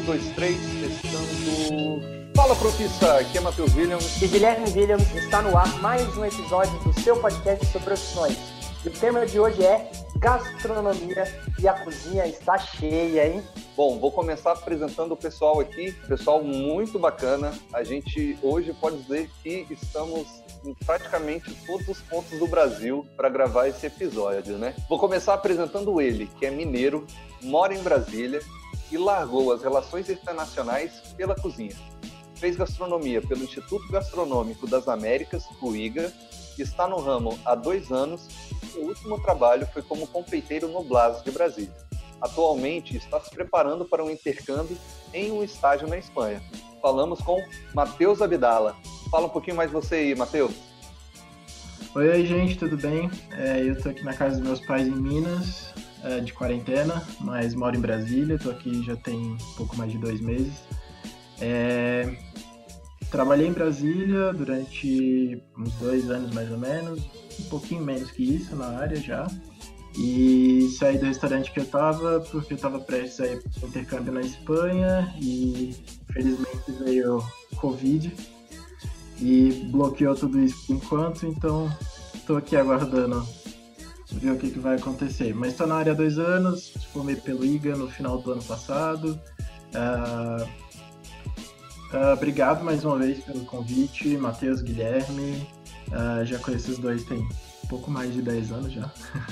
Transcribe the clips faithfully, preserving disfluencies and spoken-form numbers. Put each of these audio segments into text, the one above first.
dois, três, testando. Fala, profissa, aqui é Matheus Williams. E Guilherme Williams, está no ar mais um episódio do seu podcast sobre profissões. E o tema de hoje é gastronomia e a cozinha está cheia, hein? Bom, vou começar apresentando o pessoal aqui, pessoal muito bacana. A gente hoje pode dizer que estamos em praticamente todos os pontos do Brasil para gravar esse episódio, né? Vou começar apresentando ele, que é mineiro, mora em Brasília e largou as relações internacionais pela cozinha. Fez gastronomia pelo Instituto Gastronômico das Américas, o I G A, está no ramo há dois anos e o último trabalho foi como confeiteiro no Blas de Brasília. Atualmente está se preparando para um intercâmbio em um estágio na Espanha. Falamos com Matheus Abdala. Fala um pouquinho mais você aí, Matheus. Oi, oi, gente, tudo bem? É, eu estou aqui na casa dos meus pais em Minas, é, de quarentena, mas moro em Brasília, estou aqui já tem um pouco mais de dois meses. É, trabalhei em Brasília durante uns dois anos mais ou menos, um pouquinho menos que isso na área já. E saí do restaurante que eu estava porque eu estava prestes a ir para o intercâmbio na Espanha e infelizmente veio Covid e bloqueou tudo isso por enquanto, então estou aqui aguardando ver o que, que vai acontecer. Mas estou na área há dois anos, formei pelo I G A no final do ano passado. Uh, uh, obrigado mais uma vez pelo convite, Matheus, Guilherme. Uh, já conheço os dois tem um pouco mais de dez anos já.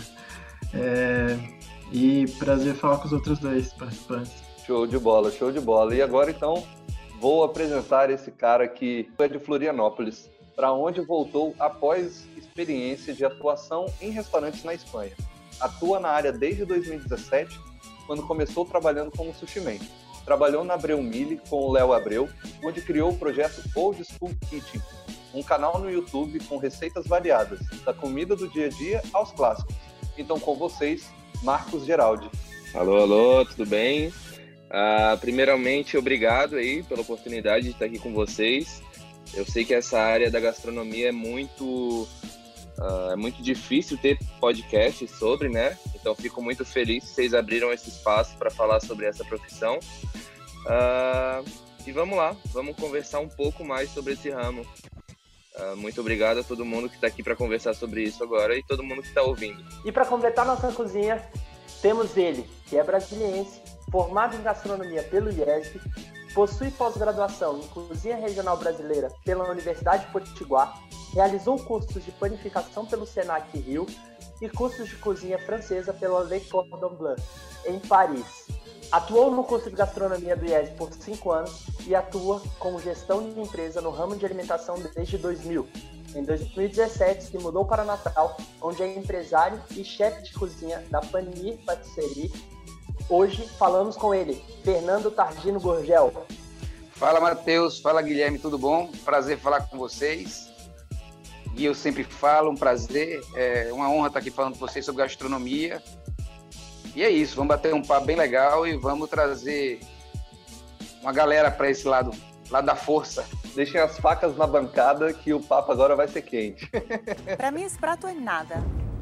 É, e prazer falar com os outros dois participantes. Show de bola, show de bola. E agora então vou apresentar esse cara que é de Florianópolis, para onde voltou após experiência de atuação em restaurantes na Espanha. Atua na área desde dois mil e dezessete, quando começou trabalhando como sushi man. Trabalhou na Abreu Mille com o Léo Abreu, onde criou o projeto Old School Kitchen, um canal no YouTube com receitas variadas, da comida do dia a dia aos clássicos. Então, com vocês, Marcos Geraldi. Alô, alô, tudo bem? Uh, primeiramente, obrigado aí pela oportunidade de estar aqui com vocês. Eu sei que essa área da gastronomia é muito, uh, é muito difícil ter podcast sobre, né? Então, fico muito feliz que vocês abriram esse espaço para falar sobre essa profissão. Uh, e vamos lá, vamos conversar um pouco mais sobre esse ramo. Uh, muito obrigado a todo mundo que está aqui para conversar sobre isso agora e todo mundo que está ouvindo. E para completar nossa cozinha, temos ele, que é brasiliense, formado em gastronomia pelo I E S B, possui pós-graduação em cozinha regional brasileira pela Universidade Potiguar, realizou cursos de panificação pelo Senac Rio e cursos de cozinha francesa pela Le Cordon Bleu, em Paris. Atuou no curso de gastronomia do I E S B por cinco anos e atua como gestão de empresa no ramo de alimentação desde dois mil. Em dois mil e dezessete, se mudou para Natal, onde é empresário e chefe de cozinha da Panini Patisserie. Hoje falamos com ele, Fernando Targino Gurgel. Fala, Matheus. Fala, Guilherme. Tudo bom? Prazer falar com vocês. E eu sempre falo, um prazer. É uma honra estar aqui falando com vocês sobre gastronomia. E é isso, vamos bater um papo bem legal e vamos trazer uma galera para esse lado, lado da força. Deixem as facas na bancada que o papo agora vai ser quente. Para mim esse prato é nada.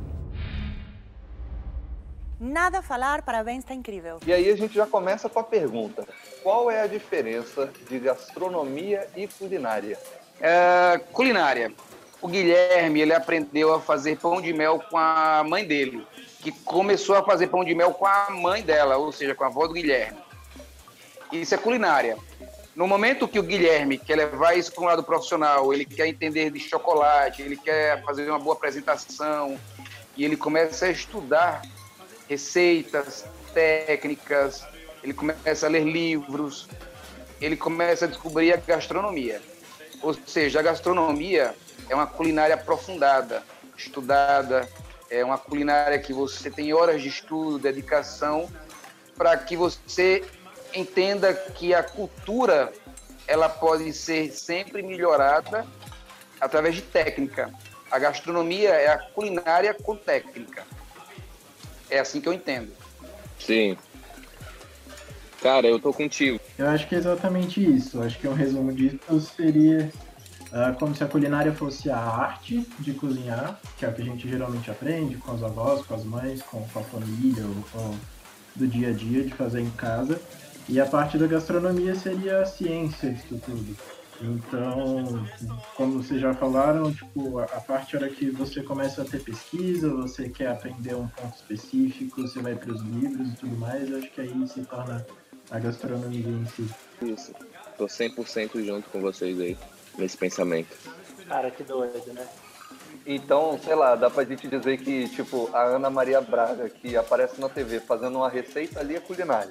Nada a falar, parabéns, está incrível. E aí a gente já começa com a pergunta. Qual é a diferença de gastronomia e culinária? É, culinária. O Guilherme, ele aprendeu a fazer pão de mel com a mãe dele, que começou a fazer pão de mel com a mãe dela, ou seja, com a avó do Guilherme. Isso é culinária. No momento que o Guilherme quer levar isso para um lado profissional, ele quer entender de chocolate, ele quer fazer uma boa apresentação, e ele começa a estudar receitas, técnicas, ele começa a ler livros, ele começa a descobrir a gastronomia. Ou seja, a gastronomia é uma culinária aprofundada, estudada, é uma culinária que você tem horas de estudo, dedicação, para que você entenda que a cultura ela pode ser sempre melhorada através de técnica. A gastronomia é a culinária com técnica. É assim que eu entendo. Sim. Cara, eu tô contigo. Eu acho que é exatamente isso. Acho que um resumo disso seria uh, como se a culinária fosse a arte de cozinhar, que é o que a gente geralmente aprende com as avós, com as mães, com, com a família, ou, ou do dia a dia, de fazer em casa. E a parte da gastronomia seria a ciência, isso tudo. Então, como vocês já falaram, tipo, a, a parte hora que você começa a ter pesquisa, você quer aprender um ponto específico, você vai para os livros e tudo mais, acho que aí se torna a gastronomia em si. Isso. Tô cem por cento junto com vocês aí, nesse pensamento. Cara, que doido, né? Então, sei lá, dá pra gente dizer que, tipo, a Ana Maria Braga, que aparece na T V fazendo uma receita ali, é culinária.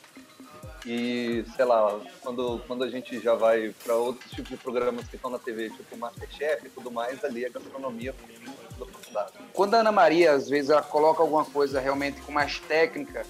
E, sei lá, quando, quando a gente já vai para outros tipos de programas que estão na T V, tipo Masterchef e tudo mais, ali é gastronomia muito aprofundada. Quando a Ana Maria, às vezes, ela coloca alguma coisa realmente com mais técnica,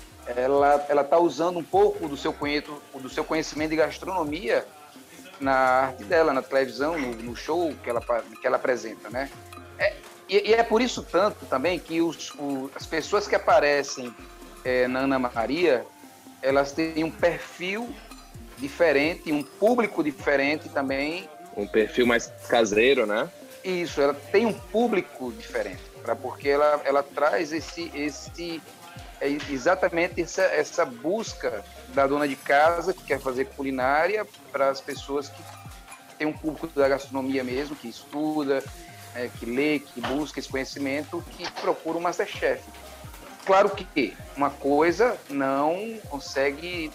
ela ela está usando um pouco do seu, conhecimento, do seu conhecimento de gastronomia na arte dela, na televisão, no, no show que ela, que ela apresenta, né? É, e, e é por isso tanto também que os, o, as pessoas que aparecem é, na Ana Maria, elas têm um perfil diferente, um público diferente também. Um perfil mais caseiro, né? Isso, ela tem um público diferente, pra, porque ela, ela traz esse, esse, é exatamente essa, essa busca da dona de casa que quer fazer culinária para as pessoas que têm um público da gastronomia mesmo, que estuda, é, que lê, que busca esse conhecimento, que procura um Masterchef. Claro que uma coisa não consegue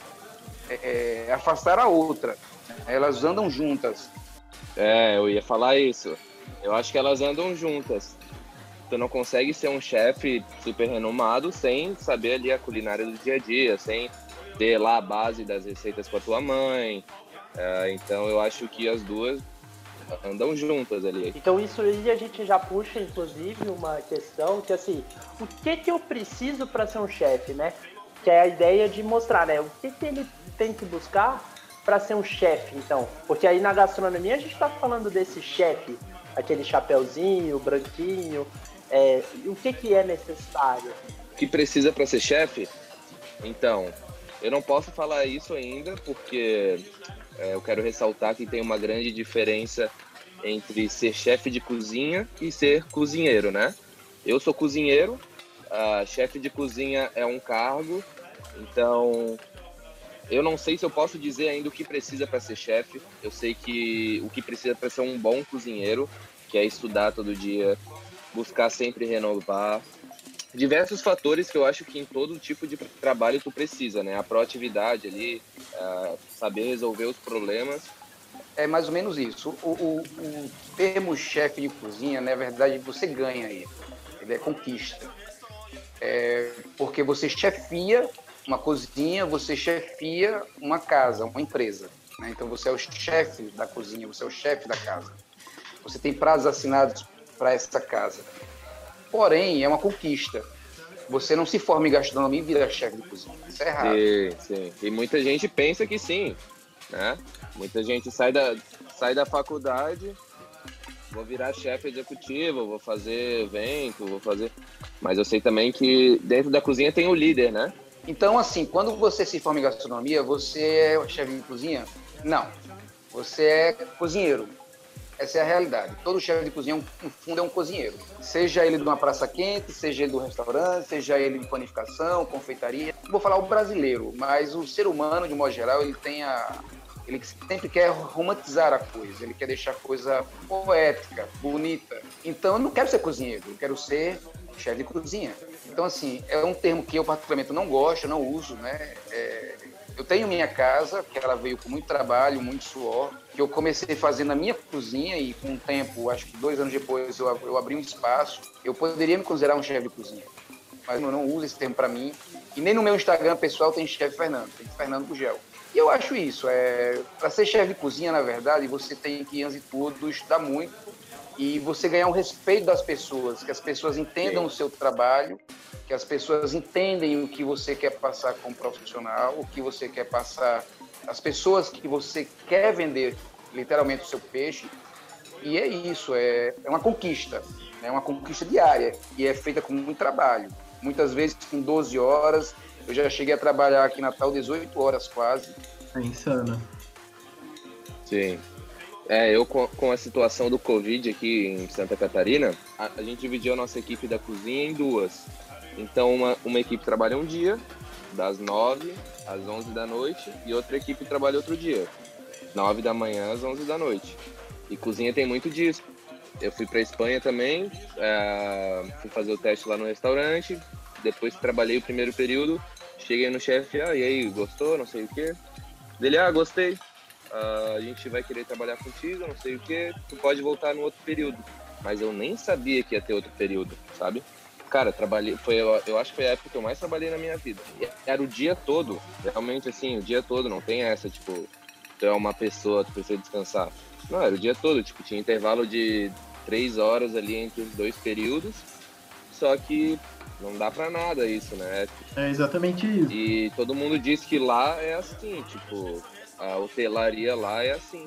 é, é, afastar a outra. Elas andam juntas. É, eu ia falar isso. Eu acho que elas andam juntas. Tu não consegue ser um chefe super renomado sem saber ali a culinária do dia a dia, sem ter lá a base das receitas com a tua mãe. É, então eu acho que as duas andam juntas ali. Então isso aí a gente já puxa, inclusive, uma questão que, assim, o que que eu preciso para ser um chefe, né? Que é a ideia de mostrar, né? O que que ele tem que buscar para ser um chefe, então. Porque aí na gastronomia a gente está falando desse chefe, aquele chapeuzinho, branquinho, é, o que que é necessário? O que precisa para ser chefe? Então, eu não posso falar isso ainda, porque é, eu quero ressaltar que tem uma grande diferença entre ser chefe de cozinha e ser cozinheiro, né? Eu sou cozinheiro, uh, chefe de cozinha é um cargo, então eu não sei se eu posso dizer ainda o que precisa para ser chefe. Eu sei que o que precisa para ser um bom cozinheiro, que é estudar todo dia, buscar sempre renovar, diversos fatores que eu acho que em todo tipo de trabalho tu precisa, né? A proatividade ali, uh, saber resolver os problemas. É mais ou menos isso. O, o, o termo chefe de cozinha, na verdade, você ganha aí. Ele é conquista. É porque você chefia uma cozinha, você chefia uma casa, uma empresa, né? Então você é o chefe da cozinha, você é o chefe da casa. Você tem prazos assinados para essa casa. Porém, é uma conquista. Você não se forma em gastronomia e vira chefe de cozinha. Isso é errado. Sim, sim. E muita gente pensa que sim, né? Muita gente sai da, sai da faculdade, vou virar chefe executivo, vou fazer evento, vou fazer... Mas eu sei também que dentro da cozinha tem o líder, né? Então, assim, quando você se forma em gastronomia, você é chefe de cozinha? Não. Você é cozinheiro. Essa é a realidade. Todo chefe de cozinha, no fundo, é um cozinheiro. Seja ele de uma praça quente, seja ele do restaurante, seja ele de panificação, confeitaria. Vou falar o brasileiro, mas o ser humano, de modo geral, ele tem a... Ele sempre quer romantizar a coisa, ele quer deixar a coisa poética, bonita. Então, eu não quero ser cozinheiro, eu quero ser chefe de cozinha. Então, assim, é um termo que eu particularmente não gosto, não uso, né? É... Eu tenho minha casa, que ela veio com muito trabalho, muito suor, que eu comecei fazendo na minha cozinha e com o tempo, acho que dois anos depois, eu, eu abri um espaço. Eu poderia me considerar um chefe de cozinha, mas eu não uso esse termo para mim. E nem no meu Instagram pessoal tem chefe Fernando, tem Fernando Gugel. E eu acho isso, é, para ser chefe de cozinha, na verdade, você tem que, antes de tudo, estudar muito e você ganhar o respeito das pessoas, que as pessoas entendam o seu trabalho, que as pessoas entendem o que você quer passar como profissional, o que você quer passar, as pessoas que você quer vender, literalmente, o seu peixe. E é isso, é, é uma conquista, é uma conquista diária e é feita com muito trabalho. Muitas vezes com doze horas, eu já cheguei a trabalhar aqui em Natal dezoito horas quase. É insano. Sim. É, eu com, com a situação do Covid aqui em Santa Catarina, a, a gente dividiu a nossa equipe da cozinha em duas. Então, uma, uma equipe trabalha um dia das nove às onze da noite, e outra equipe trabalha outro dia, nove da manhã às onze da noite. E cozinha tem muito disso. Eu fui para Espanha também, é, fui fazer o teste lá no restaurante, depois que trabalhei o primeiro período, cheguei no chefe, ah, e aí, gostou, não sei o quê? Dele, ah, gostei, uh, a gente vai querer trabalhar contigo, não sei o quê, tu pode voltar no outro período. Mas eu nem sabia que ia ter outro período, sabe? Cara, trabalhei, foi, eu, eu acho que foi a época que eu mais trabalhei na minha vida. E era o dia todo, realmente assim, o dia todo, não tem essa, tipo, tu é uma pessoa, tu precisa descansar. Não, era o dia todo, tipo, tinha intervalo de três horas ali entre os dois períodos, só que não dá pra nada isso, né? É exatamente isso. E todo mundo diz que lá é assim, tipo, a hotelaria lá é assim.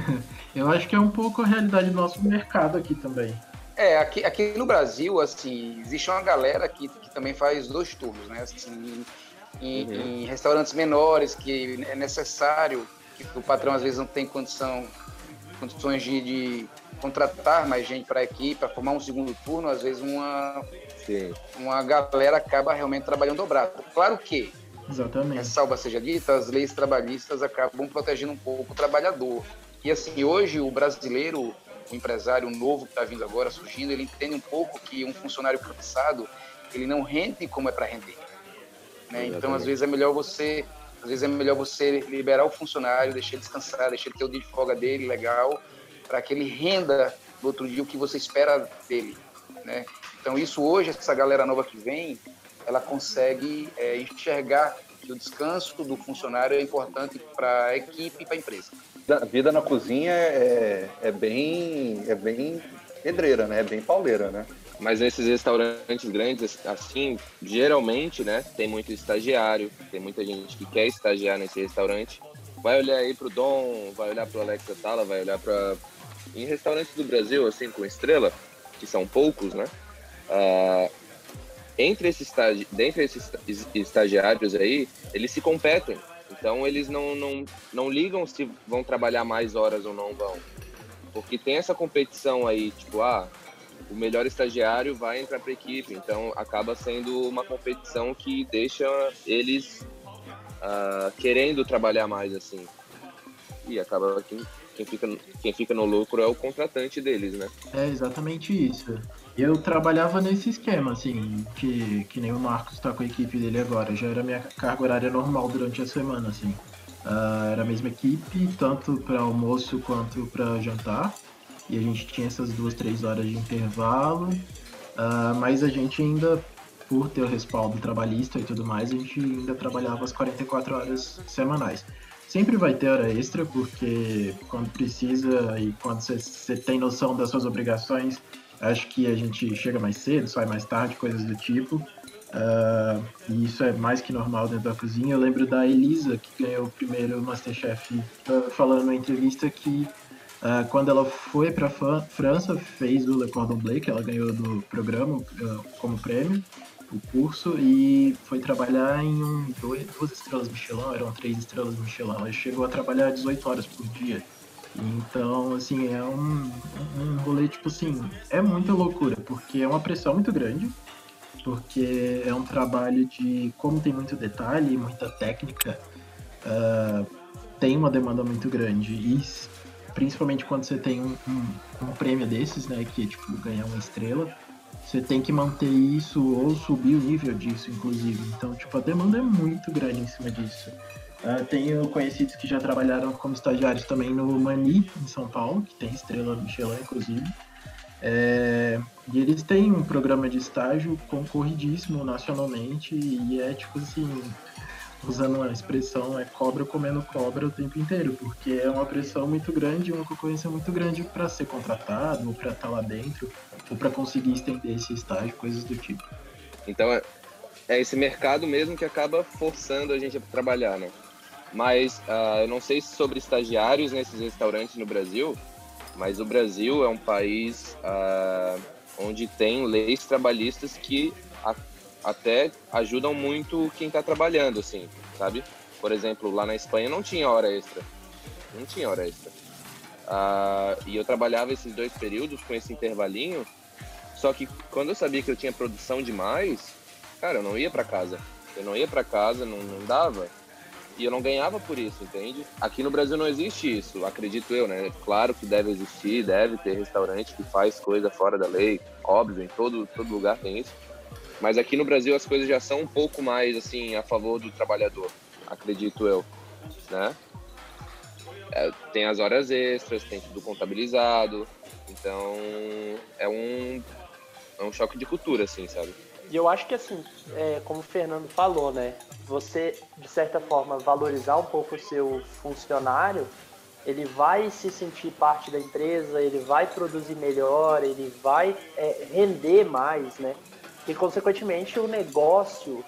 Eu acho que é um pouco a realidade do nosso mercado aqui também. É, aqui, aqui no Brasil, assim, existe uma galera que, que também faz dois turnos, né? Assim, em, uhum. em restaurantes menores, que é necessário, que o patrão às vezes não tem condição, condições de, de contratar mais gente para a equipe, para formar um segundo turno, às vezes uma, uma galera acaba realmente trabalhando dobrado. Claro que, exatamente, salva seja dita, as leis trabalhistas acabam protegendo um pouco o trabalhador. E assim, hoje o brasileiro, o empresário novo que está vindo agora, surgindo, ele entende um pouco que um funcionário cansado, ele não rende como é para render. Né? Então, às vezes é melhor você, às vezes é melhor você liberar o funcionário, deixar ele descansar, deixar ele ter o dia de folga dele, legal, para que ele renda no outro dia o que você espera dele. Né? Então, isso hoje, essa galera nova que vem, ela consegue é, enxergar que o descanso do funcionário é importante para a equipe e para a empresa. A vida na cozinha é, é, bem, é bem pedreira, né? É bem pauleira, né? Mas nesses restaurantes grandes, assim, geralmente, né? Tem muito estagiário, tem muita gente que quer estagiar nesse restaurante. Vai olhar aí pro Dom, vai olhar pro Alex Atala, vai olhar para... Em restaurantes do Brasil, assim, com estrela, que são poucos, né? Uh, entre esses estagi... Dentre esses estagiários aí, eles se competem. Então, eles não, não, não ligam se vão trabalhar mais horas ou não vão. Porque tem essa competição aí, tipo, ah, o melhor estagiário vai entrar para a equipe. Então, acaba sendo uma competição que deixa eles uh, querendo trabalhar mais, assim. E acaba que quem fica, quem fica no lucro é o contratante deles, né? É exatamente isso. Eu trabalhava nesse esquema, assim, que, que nem o Marcos está com a equipe dele agora. Já era minha carga horária normal durante a semana, assim. Uh, era a mesma equipe, tanto para almoço quanto para jantar. E a gente tinha essas duas, três horas de intervalo. Uh, mas a gente ainda, por ter o respaldo trabalhista e tudo mais, a gente ainda trabalhava as quarenta e quatro horas semanais. Sempre vai ter hora extra, porque quando precisa e quando você tem noção das suas obrigações, acho que a gente chega mais cedo, sai mais tarde, coisas do tipo. Uh, e isso é mais que normal dentro da cozinha. Eu lembro da Elisa, que ganhou o primeiro Masterchef, uh, falando numa entrevista que uh, quando ela foi para a França, fez o Le Cordon Bleu, que ela ganhou do programa uh, como prêmio, o curso, e foi trabalhar em um, dois, duas estrelas Michelin, eram três estrelas Michelin. Ela chegou a trabalhar dezoito horas por dia. Então, assim, é um, um rolê, tipo assim, é muita loucura, porque é uma pressão muito grande, porque é um trabalho de, como tem muito detalhe, muita técnica, uh, tem uma demanda muito grande, e principalmente quando você tem um, um, um prêmio desses, né, que é, tipo, ganhar uma estrela, você tem que manter isso ou subir o nível disso, inclusive. Então, tipo, a demanda é muito grande em cima disso. Uh, tenho conhecidos que já trabalharam como estagiários também no Mani, em São Paulo, que tem estrela Michelin, inclusive. É, e eles têm um programa de estágio concorridíssimo nacionalmente e é tipo assim, usando uma expressão, é cobra comendo cobra o tempo inteiro, porque é uma pressão muito grande, uma concorrência muito grande para ser contratado, ou para estar lá dentro, ou para conseguir estender esse estágio, coisas do tipo. Então é, é esse mercado mesmo que acaba forçando a gente a trabalhar, né? Mas uh, eu não sei sobre estagiários nesses restaurantes no Brasil, mas o Brasil é um país uh, onde tem leis trabalhistas que a, até ajudam muito quem está trabalhando, assim, sabe? Por exemplo, lá na Espanha não tinha hora extra. Não tinha hora extra. Uh, e eu trabalhava esses dois períodos com esse intervalinho, só que quando eu sabia que eu tinha produção demais, cara, eu não ia para casa. Eu não ia para casa, não, não dava. E eu não ganhava por isso, entende? Aqui no Brasil não existe isso, acredito eu, né? Claro que deve existir, deve ter restaurante que faz coisa fora da lei, óbvio, em todo, todo lugar tem isso. Mas aqui no Brasil as coisas já são um pouco mais, assim, a favor do trabalhador, acredito eu, né? É, tem as horas extras, tem tudo contabilizado, então é um, é um choque de cultura, assim, sabe? E eu acho que, assim, é, como o Fernando falou, né? Você, de certa forma, valorizar um pouco o seu funcionário, ele vai se sentir parte da empresa, ele vai produzir melhor, ele vai é, render mais, né? E, consequentemente, o negócio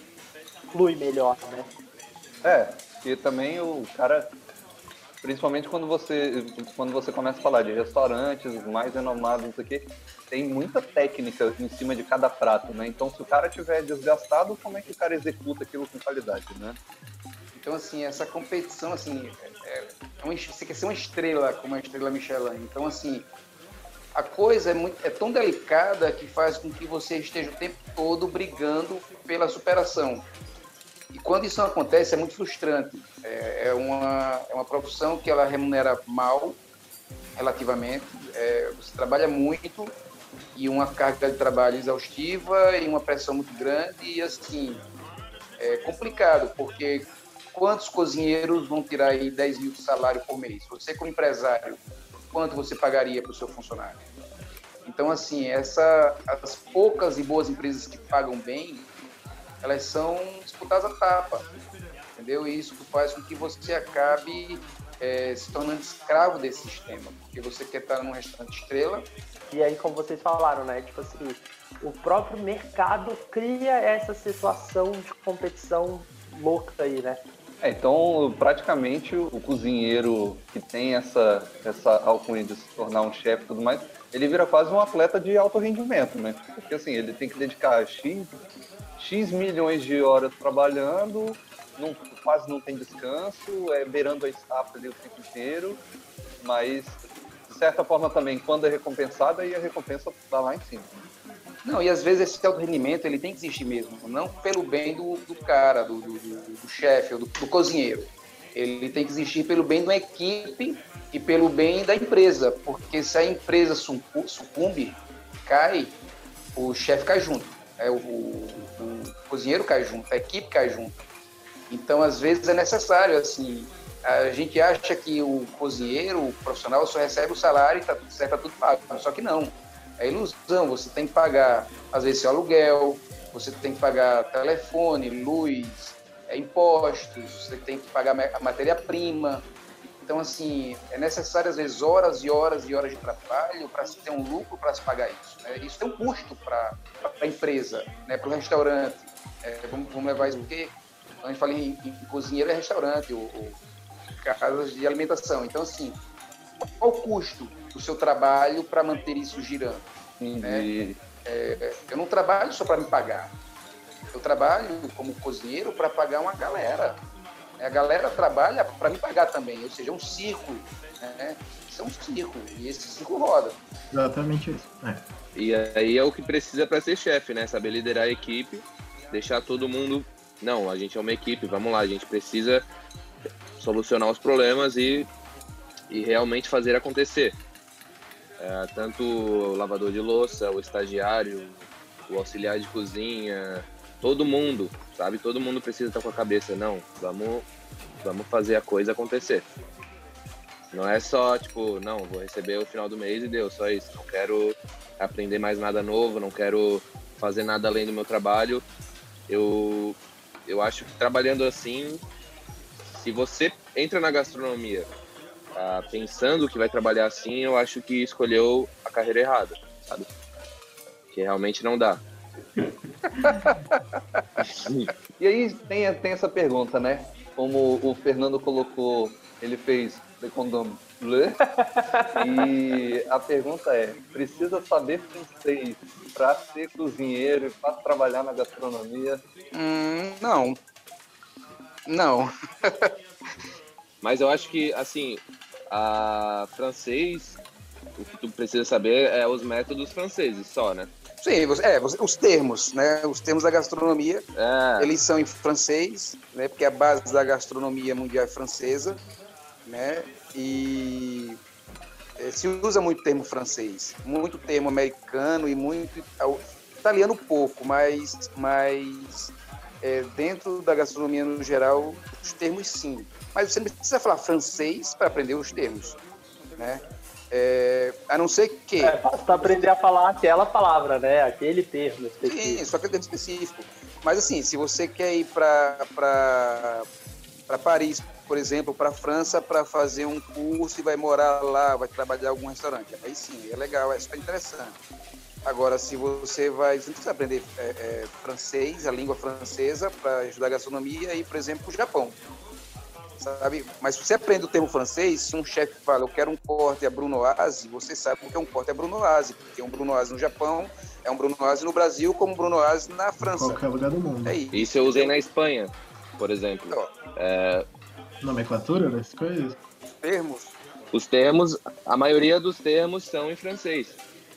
flui melhor, né? É, e também o cara, principalmente quando você, quando você começa a falar de restaurantes mais renomados, isso aqui, tem muita técnica em cima de cada prato, né? Então, se o cara tiver desgastado, como é que o cara executa aquilo com qualidade, né? Então, assim, essa competição, assim, é, é uma, você quer ser uma estrela, como a estrela Michelin. Então, assim, a coisa é, muito, é tão delicada que faz com que você esteja o tempo todo brigando pela superação. E quando isso não acontece, é muito frustrante. É, é, uma, é uma profissão que ela remunera mal, relativamente. É, você trabalha muito e uma carga de trabalho exaustiva e uma pressão muito grande. E, assim, é complicado, porque quantos cozinheiros vão tirar aí dez mil de salário por mês? Você, como empresário, quanto você pagaria para o seu funcionário? Então, assim, essa, as poucas e boas empresas que pagam bem, elas são disputadas a tapa, entendeu? E isso faz com que você acabe é, se tornando escravo desse sistema, porque você quer estar num restaurante estrela. E aí, como vocês falaram, né? Tipo assim, o próprio mercado cria essa situação de competição louca aí, né? É, então, praticamente, o cozinheiro que tem essa, essa alcunha de se tornar um chefe e tudo mais, ele vira quase um atleta de alto rendimento, né? Porque, assim, ele tem que dedicar X, X milhões de horas trabalhando, não, quase não tem descanso, é beirando a estafa ali o tempo inteiro, mas, de certa forma, também, quando é recompensado, aí a recompensa está lá em cima. Não, e às vezes esse alto rendimento ele tem que existir mesmo, não pelo bem do, do cara, do, do, do, do chefe ou do, do cozinheiro. Ele tem que existir pelo bem de uma equipe e pelo bem da empresa, porque se a empresa sucumbe, cai, o chefe cai junto, é, o, o, o cozinheiro cai junto, a equipe cai junto. Então, às vezes é necessário, assim, a gente acha que o cozinheiro, o profissional, só recebe o salário e está tudo certo, tá tudo pago, só que não. É ilusão, você tem que pagar, às vezes, seu aluguel, você tem que pagar telefone, luz, é, impostos, você tem que pagar a matéria-prima. Então, assim, é necessário, às vezes, horas e horas e horas de trabalho para se ter um lucro para se pagar isso. Né? Isso tem um custo para a empresa, né? Para o restaurante. É, vamos, vamos levar isso porque a gente fala em, em cozinheiro é restaurante, ou, ou casas de alimentação. Então, assim, qual o custo do seu trabalho para manter isso girando? Né? É, eu não trabalho só para me pagar. Eu trabalho como cozinheiro para pagar uma galera. A galera trabalha para me pagar também, ou seja, é um círculo. Né? Isso é um círculo, e esse círculo roda. Exatamente isso. É. E aí é o que precisa para ser chefe, né? Saber liderar a equipe, deixar todo mundo... Não, a gente é uma equipe, vamos lá, a gente precisa solucionar os problemas e, e realmente fazer acontecer. É, tanto o lavador de louça, o estagiário, o auxiliar de cozinha, todo mundo, sabe? Todo mundo precisa estar com a cabeça, não, vamos, vamos fazer a coisa acontecer. Não é só, tipo, não, vou receber o final do mês e deu, só isso. Não quero aprender mais nada novo, não quero fazer nada além do meu trabalho. Eu, eu acho que trabalhando assim, se você entra na gastronomia ah, pensando que vai trabalhar assim, eu acho que escolheu a carreira errada, sabe? Que realmente não dá. E aí tem, tem essa pergunta, né? Como o Fernando colocou, ele fez Le Cordon Bleu, e a pergunta é, precisa saber francês para ser cozinheiro e para trabalhar na gastronomia? Hum, não. Não. Mas eu acho que, assim, a francês, o que tu precisa saber é os métodos franceses só, né? Sim, você, é, você, os termos, né? Os termos da gastronomia, É. eles são em francês, né? Porque a base da gastronomia mundial é francesa, né? E é, se usa muito termo francês, muito termo americano e muito italiano pouco, mas, mas é, dentro da gastronomia no geral, os termos sim. Mas você não precisa falar francês para aprender os termos, né? É, a não ser que... É, basta aprender a falar aquela palavra, né? Aquele termo específico. Sim, só aquele termo específico. Mas assim, se você quer ir para Paris, por exemplo, para França, para fazer um curso e vai morar lá, vai trabalhar em algum restaurante, aí sim, é legal, é super interessante. Agora, se você vai... Você não precisa aprender é, é, francês, a língua francesa, para ajudar a gastronomia, e, por exemplo, para o Japão. Sabe? Mas se você aprende o termo francês, se um chefe fala, eu quero um corte a brunoise, você sabe o que é um corte a brunoise, porque um brunoise no Japão é um brunoise no Brasil, como um brunoise na França. Em qualquer lugar do mundo. É isso. Isso eu usei na Espanha, por exemplo. É, Nomenclatura das coisas? Termos. os termos, a maioria dos termos são em francês.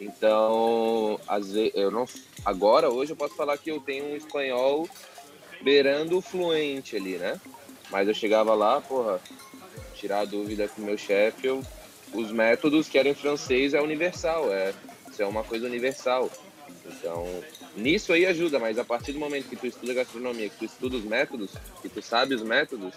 Então, às vezes, eu não, agora, hoje, eu posso falar que eu tenho um espanhol beirando o fluente ali, né? Mas eu chegava lá, porra, tirar a dúvida com o meu chefe, eu, os métodos que eram em francês é universal, é, isso é uma coisa universal. Então, nisso aí ajuda, mas a partir do momento que tu estuda gastronomia, que tu estuda os métodos, que tu sabe os métodos,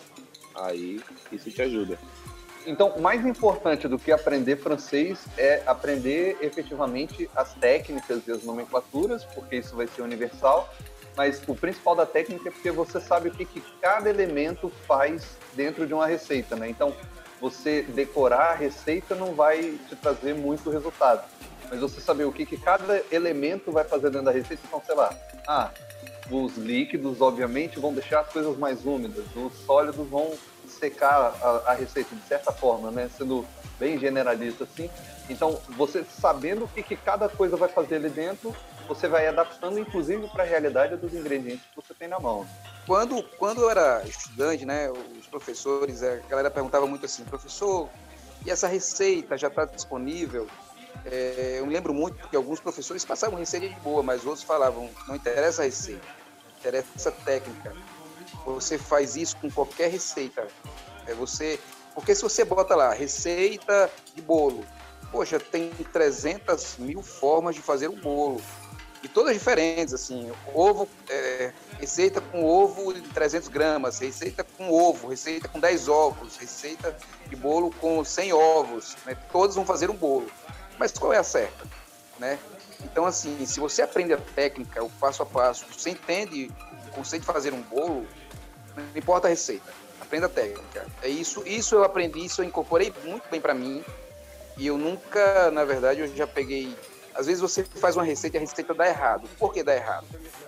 aí isso te ajuda. Então, mais importante do que aprender francês é aprender efetivamente as técnicas e as nomenclaturas, porque isso vai ser universal. Mas o principal da técnica é porque você sabe o que, que cada elemento faz dentro de uma receita, né? Então, você decorar a receita não vai te trazer muito resultado. Mas você saber o que, que cada elemento vai fazer dentro da receita, então, sei lá, ah, os líquidos, obviamente, vão deixar as coisas mais úmidas, os sólidos vão secar a, a receita de certa forma, né? Sendo bem generalista assim. Então, você sabendo o que, que cada coisa vai fazer ali dentro, você vai adaptando, inclusive, para a realidade dos ingredientes que você tem na mão. Quando, quando eu era estudante, né, os professores, a galera perguntava muito assim, professor, e essa receita já está disponível? É, eu me lembro muito porque alguns professores passavam receita de boa, mas outros falavam, não interessa a receita, interessa a técnica. Você faz isso com qualquer receita. É você, porque se você bota lá, receita de bolo, poxa, tem trezentas mil formas de fazer um bolo. E todas diferentes, assim, ovo, é, receita com ovo de trezentos gramas, receita com ovo, receita com dez ovos, receita de bolo com cem ovos, né? Todos vão fazer um bolo. Mas qual é a certa, né? Então, assim, se você aprende a técnica, o passo a passo, você entende o conceito de fazer um bolo, não importa a receita, aprenda a técnica. É isso, isso eu aprendi, isso eu incorporei muito bem para mim, e eu nunca, na verdade, eu já peguei... Às vezes você faz uma receita e a receita dá errado. Por que dá errado?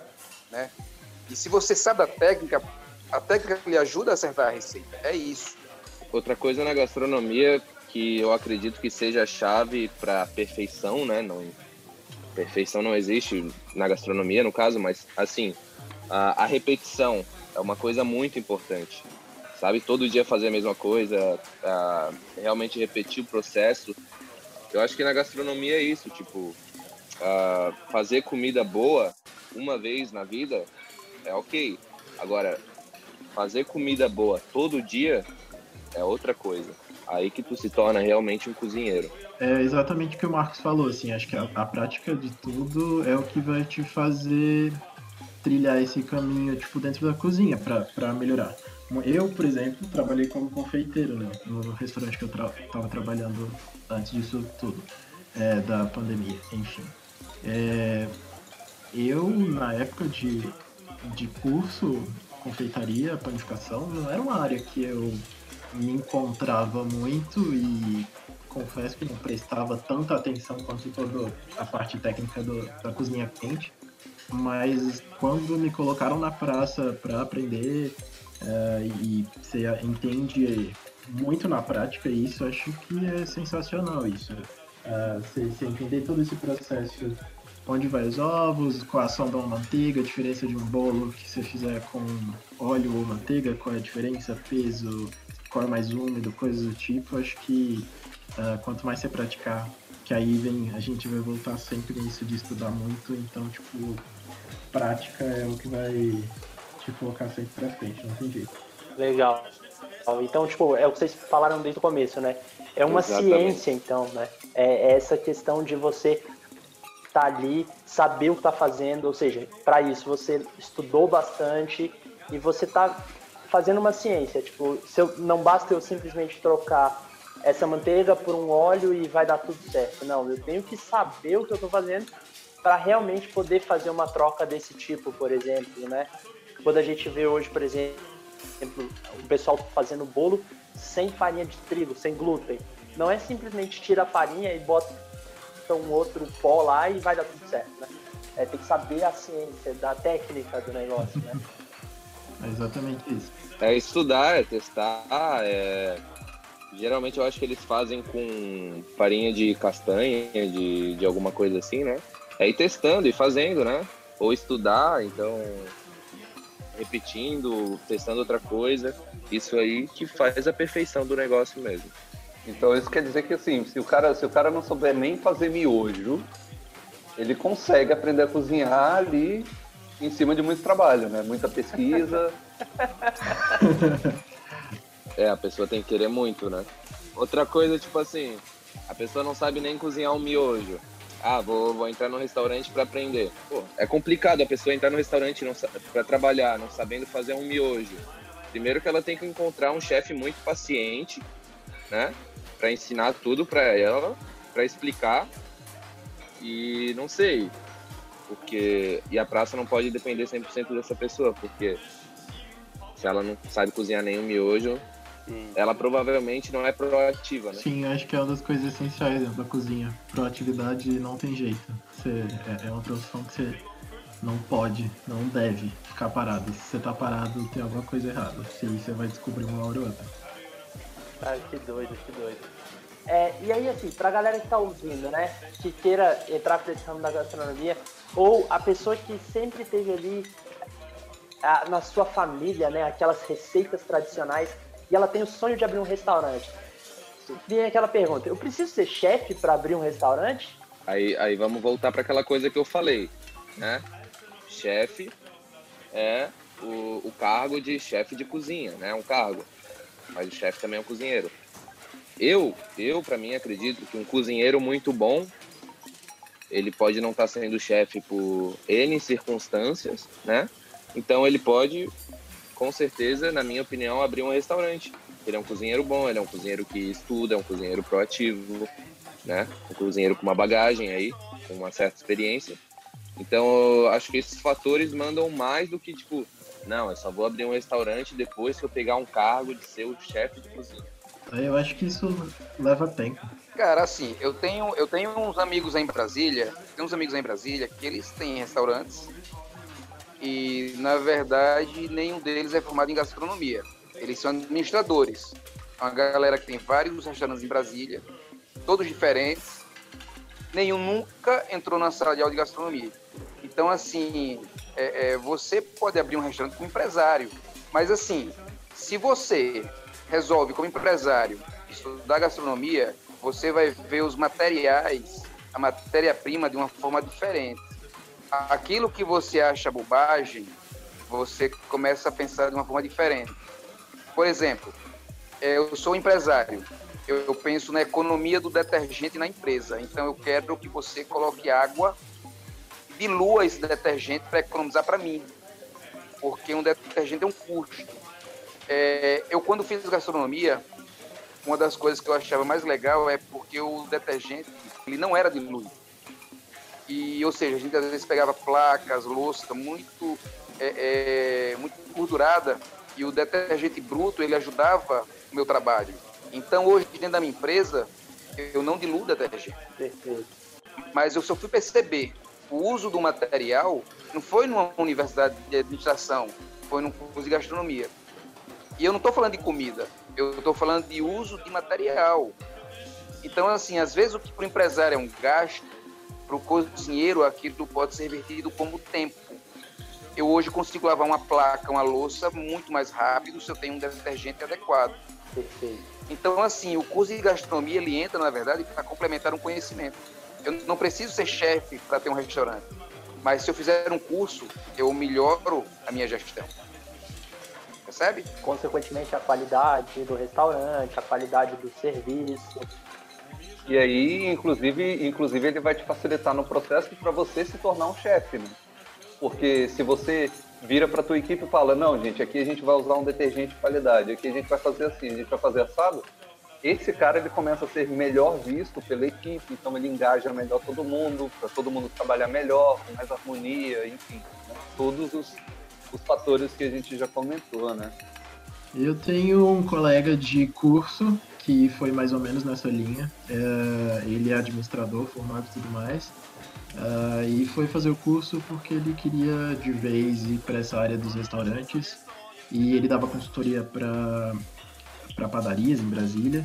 Né? E se você sabe da técnica, a técnica lhe ajuda a acertar a receita. É isso. Outra coisa na gastronomia que eu acredito que seja a chave para perfeição, né? Não, perfeição não existe na gastronomia, no caso, mas assim, a, a repetição é uma coisa muito importante. Sabe? Todo dia fazer a mesma coisa, a, realmente repetir o processo. Eu acho que na gastronomia é isso, tipo, uh, fazer comida boa uma vez na vida é ok. Agora, fazer comida boa todo dia é outra coisa. Aí que tu se torna realmente um cozinheiro. É exatamente o que o Marcos falou, assim, acho que a, a prática de tudo é o que vai te fazer trilhar esse caminho, tipo, dentro da cozinha, pra, pra melhorar. Eu, por exemplo, trabalhei como confeiteiro, né, no restaurante que eu tra- tava trabalhando antes disso tudo, é, da pandemia, enfim. É, eu, na época de, de curso, confeitaria, panificação, não era uma área que eu me encontrava muito e confesso que não prestava tanta atenção quanto toda a parte técnica do, da cozinha quente, mas quando me colocaram na praça para aprender, Uh, e você entende muito na prática isso, acho que é sensacional isso. Uh, você, você entender todo esse processo, onde vai os ovos, qual a ação da manteiga, a diferença de um bolo que você fizer com óleo ou manteiga, qual é a diferença, peso, qual é mais úmido, coisas do tipo. Acho que uh, quanto mais você praticar, que aí vem, a gente vai voltar sempre nisso de estudar muito, então, tipo, prática é o que vai te colocar sempre pra frente, não tem jeito. Legal. Então, tipo, é o que vocês falaram desde o começo, né? É uma Exatamente. ciência, então, né? É essa questão de você estar ali, saber o que está fazendo, ou seja, para isso você estudou bastante e você está fazendo uma ciência. Tipo, se eu, não basta eu simplesmente trocar essa manteiga por um óleo e vai dar tudo certo. Não, eu tenho que saber o que eu estou fazendo para realmente poder fazer uma troca desse tipo, por exemplo, né? Quando a gente vê hoje, por exemplo, o pessoal fazendo bolo sem farinha de trigo, sem glúten. Não é simplesmente tira a farinha e bota um outro pó lá e vai dar tudo certo, né? É, tem que saber a ciência, da técnica do negócio, né? É exatamente isso. É estudar, é testar, é... Geralmente eu acho que eles fazem com farinha de castanha, de, de alguma coisa assim, né? É ir testando e fazendo, né? Ou estudar, então... repetindo, testando outra coisa. Isso aí que faz a perfeição do negócio mesmo. Então isso quer dizer que assim, se o cara, se o cara não souber nem fazer miojo, ele consegue aprender a cozinhar ali em cima de muito trabalho, né? Muita pesquisa. É, a pessoa tem que querer muito, né? Outra coisa, tipo assim, a pessoa não sabe nem cozinhar um miojo. Ah, vou, vou entrar no restaurante para aprender. Pô, é complicado a pessoa entrar no restaurante para trabalhar, não sabendo fazer um miojo. Primeiro que ela tem que encontrar um chefe muito paciente, né? Para ensinar tudo para ela, para explicar. E não sei, porque... E a praça não pode depender cem por cento dessa pessoa, porque se ela não sabe cozinhar nenhum miojo, Sim. ela provavelmente não é proativa, né? Sim, eu acho que é uma das coisas essenciais dentro da cozinha. Proatividade não tem jeito. Você, é, é uma profissão que você não pode, não deve ficar parado. Se você tá parado, tem alguma coisa errada. Se você vai descobrir uma hora ou outra. Ah, que doido, que doido. É, e aí, assim, pra galera que tá ouvindo, né, que queira entrar pra esse ramo da gastronomia, ou a pessoa que sempre teve ali a, na sua família, né, aquelas receitas tradicionais, e ela tem o sonho de abrir um restaurante. Vem aquela pergunta, eu preciso ser chefe para abrir um restaurante? Aí, aí vamos voltar para aquela coisa que eu falei, né? Chefe é o, o cargo de chefe de cozinha, né? Um cargo. Mas o chefe também é um cozinheiro. Eu, eu para mim, acredito que um cozinheiro muito bom, ele pode não estar sendo chefe por N circunstâncias, né? Então ele pode... com certeza, na minha opinião, abrir um restaurante. Ele é um cozinheiro bom, ele é um cozinheiro que estuda, é um cozinheiro proativo, né? Um cozinheiro com uma bagagem aí, com uma certa experiência. Então, eu acho que esses fatores mandam mais do que, tipo, não, eu só vou abrir um restaurante depois que eu pegar um cargo de ser o chefe de cozinha. Eu acho que isso leva tempo. Cara, assim, eu tenho, eu tenho uns amigos aí em Brasília, tem uns amigos aí em Brasília que eles têm restaurantes e, na verdade, nenhum deles é formado em gastronomia. Eles são administradores. É uma galera que tem vários restaurantes em Brasília, todos diferentes. Nenhum nunca entrou na sala de aula de gastronomia. Então, assim, é, é, você pode abrir um restaurante como empresário. Mas, assim, se você resolve como empresário estudar gastronomia, você vai ver os materiais, a matéria-prima de uma forma diferente. Aquilo que você acha bobagem, você começa a pensar de uma forma diferente. Por exemplo, eu sou empresário, eu penso na economia do detergente na empresa, então eu quero que você coloque água, dilua esse detergente para economizar para mim, porque um detergente é um custo. É, eu, quando fiz gastronomia, uma das coisas que eu achava mais legal é porque o detergente ele não era diluído. E, ou seja, a gente às vezes pegava placas, louça muito, é, é, muito gordurada, e o detergente bruto ele ajudava o meu trabalho. Então, hoje, dentro da minha empresa, eu não diluo detergente. Perfeito. Mas eu só fui perceber o uso do material, não foi numa universidade de administração, foi num curso de gastronomia. E eu não estou falando de comida, eu estou falando de uso de material. Então, assim, às vezes o que para o empresário é um gasto, para o cozinheiro aquilo pode ser vertido como tempo. eu hoje consigo lavar uma placa, uma louça muito mais rápido se eu tenho um detergente adequado. Perfeito. Então, assim, o curso de gastronomia, ele entra, na verdade, para complementar um conhecimento. Eu não preciso ser chefe para ter um restaurante, mas se eu fizer um curso, eu melhoro a minha gestão. Percebe? Consequentemente, a qualidade do restaurante, a qualidade do serviço. E aí, inclusive, inclusive ele vai te facilitar no processo para você se tornar um chefe, né? Porque se você vira para a tua equipe e fala, não, gente, aqui a gente vai usar um detergente de qualidade, aqui a gente vai fazer assim, a gente vai fazer assado, esse cara ele começa a ser melhor visto pela equipe, então ele engaja melhor todo mundo, para todo mundo trabalhar melhor, com mais harmonia, enfim, né? Todos os, os fatores que a gente já comentou, né? Eu tenho um colega de curso que foi mais ou menos nessa linha. É, ele é administrador, formado e tudo mais. Uh, e foi fazer o curso porque ele queria de vez ir para essa área dos restaurantes. E ele dava consultoria para para padarias em Brasília.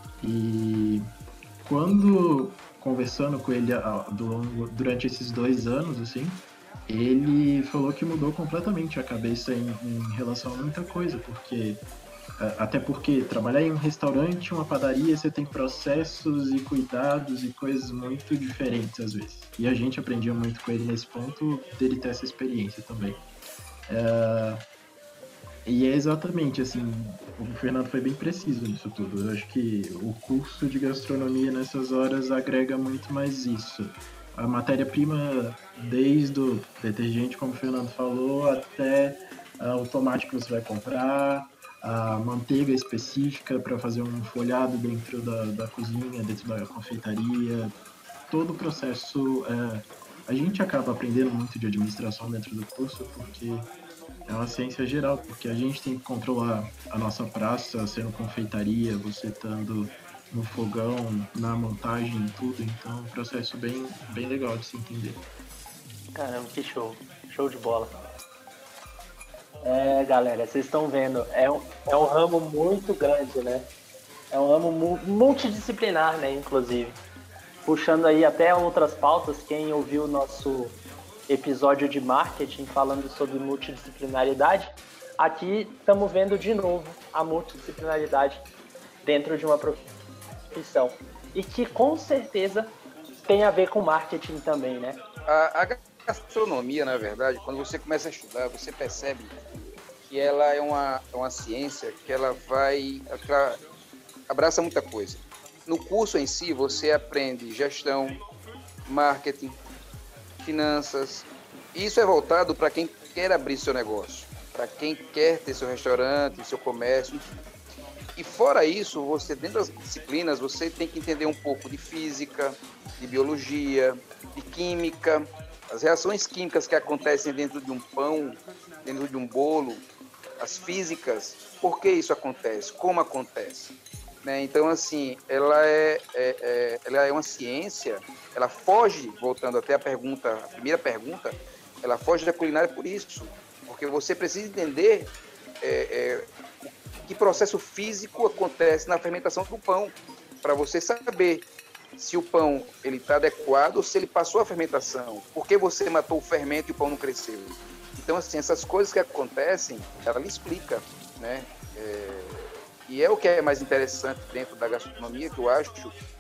E quando conversando com ele durante esses dois anos, assim, ele falou que mudou completamente a cabeça em, em relação a muita coisa, porque até porque trabalhar em um restaurante, uma padaria, você tem processos e cuidados e coisas muito diferentes às vezes. E a gente aprendia muito com ele nesse ponto, dele ter essa experiência também. É... E é exatamente assim, o Fernando foi bem preciso nisso tudo. Eu acho que o curso de gastronomia nessas horas agrega muito mais isso. A matéria-prima, desde o detergente, como o Fernando falou, até uh, o tomate que você vai comprar, a manteiga específica para fazer um folhado dentro da, da cozinha, dentro da confeitaria, todo o processo. É, a gente acaba aprendendo muito de administração dentro do curso, porque é uma ciência geral, porque a gente tem que controlar a nossa praça, sendo confeitaria, você estando no fogão, na montagem, tudo. Então é um processo bem, bem legal de se entender. Caramba, que show. Show de bola. É, galera, vocês estão vendo, é um, é um ramo muito grande, né? É um ramo mu- multidisciplinar, né, inclusive. Puxando aí até outras pautas, quem ouviu o nosso episódio de marketing falando sobre multidisciplinaridade, aqui estamos vendo de novo a multidisciplinaridade dentro de uma profissão. E que com certeza tem a ver com marketing também, né? A, a gastronomia, na verdade, quando você começa a estudar, você percebe que ela é uma, uma ciência que ela vai, ela abraça muita coisa. No curso em si, você aprende gestão, marketing, finanças. Isso é voltado para quem quer abrir seu negócio, para quem quer ter seu restaurante, seu comércio, enfim. E fora isso, você dentro das disciplinas, você tem que entender um pouco de física, de biologia, de química, as reações químicas que acontecem dentro de um pão, dentro de um bolo, as físicas, por que isso acontece, como acontece. Né? Então, assim, ela é, é, é, ela é uma ciência, ela foge, voltando até a pergunta, a primeira pergunta, ela foge da culinária por isso, porque você precisa entender é, é, que processo físico acontece na fermentação do pão, para você saber se o pão ele está adequado ou se ele passou a fermentação, por que você matou o fermento e o pão não cresceu. Então, assim, essas coisas que acontecem, ela lhe explica, né? É, e é o que é mais interessante dentro da gastronomia, que eu acho.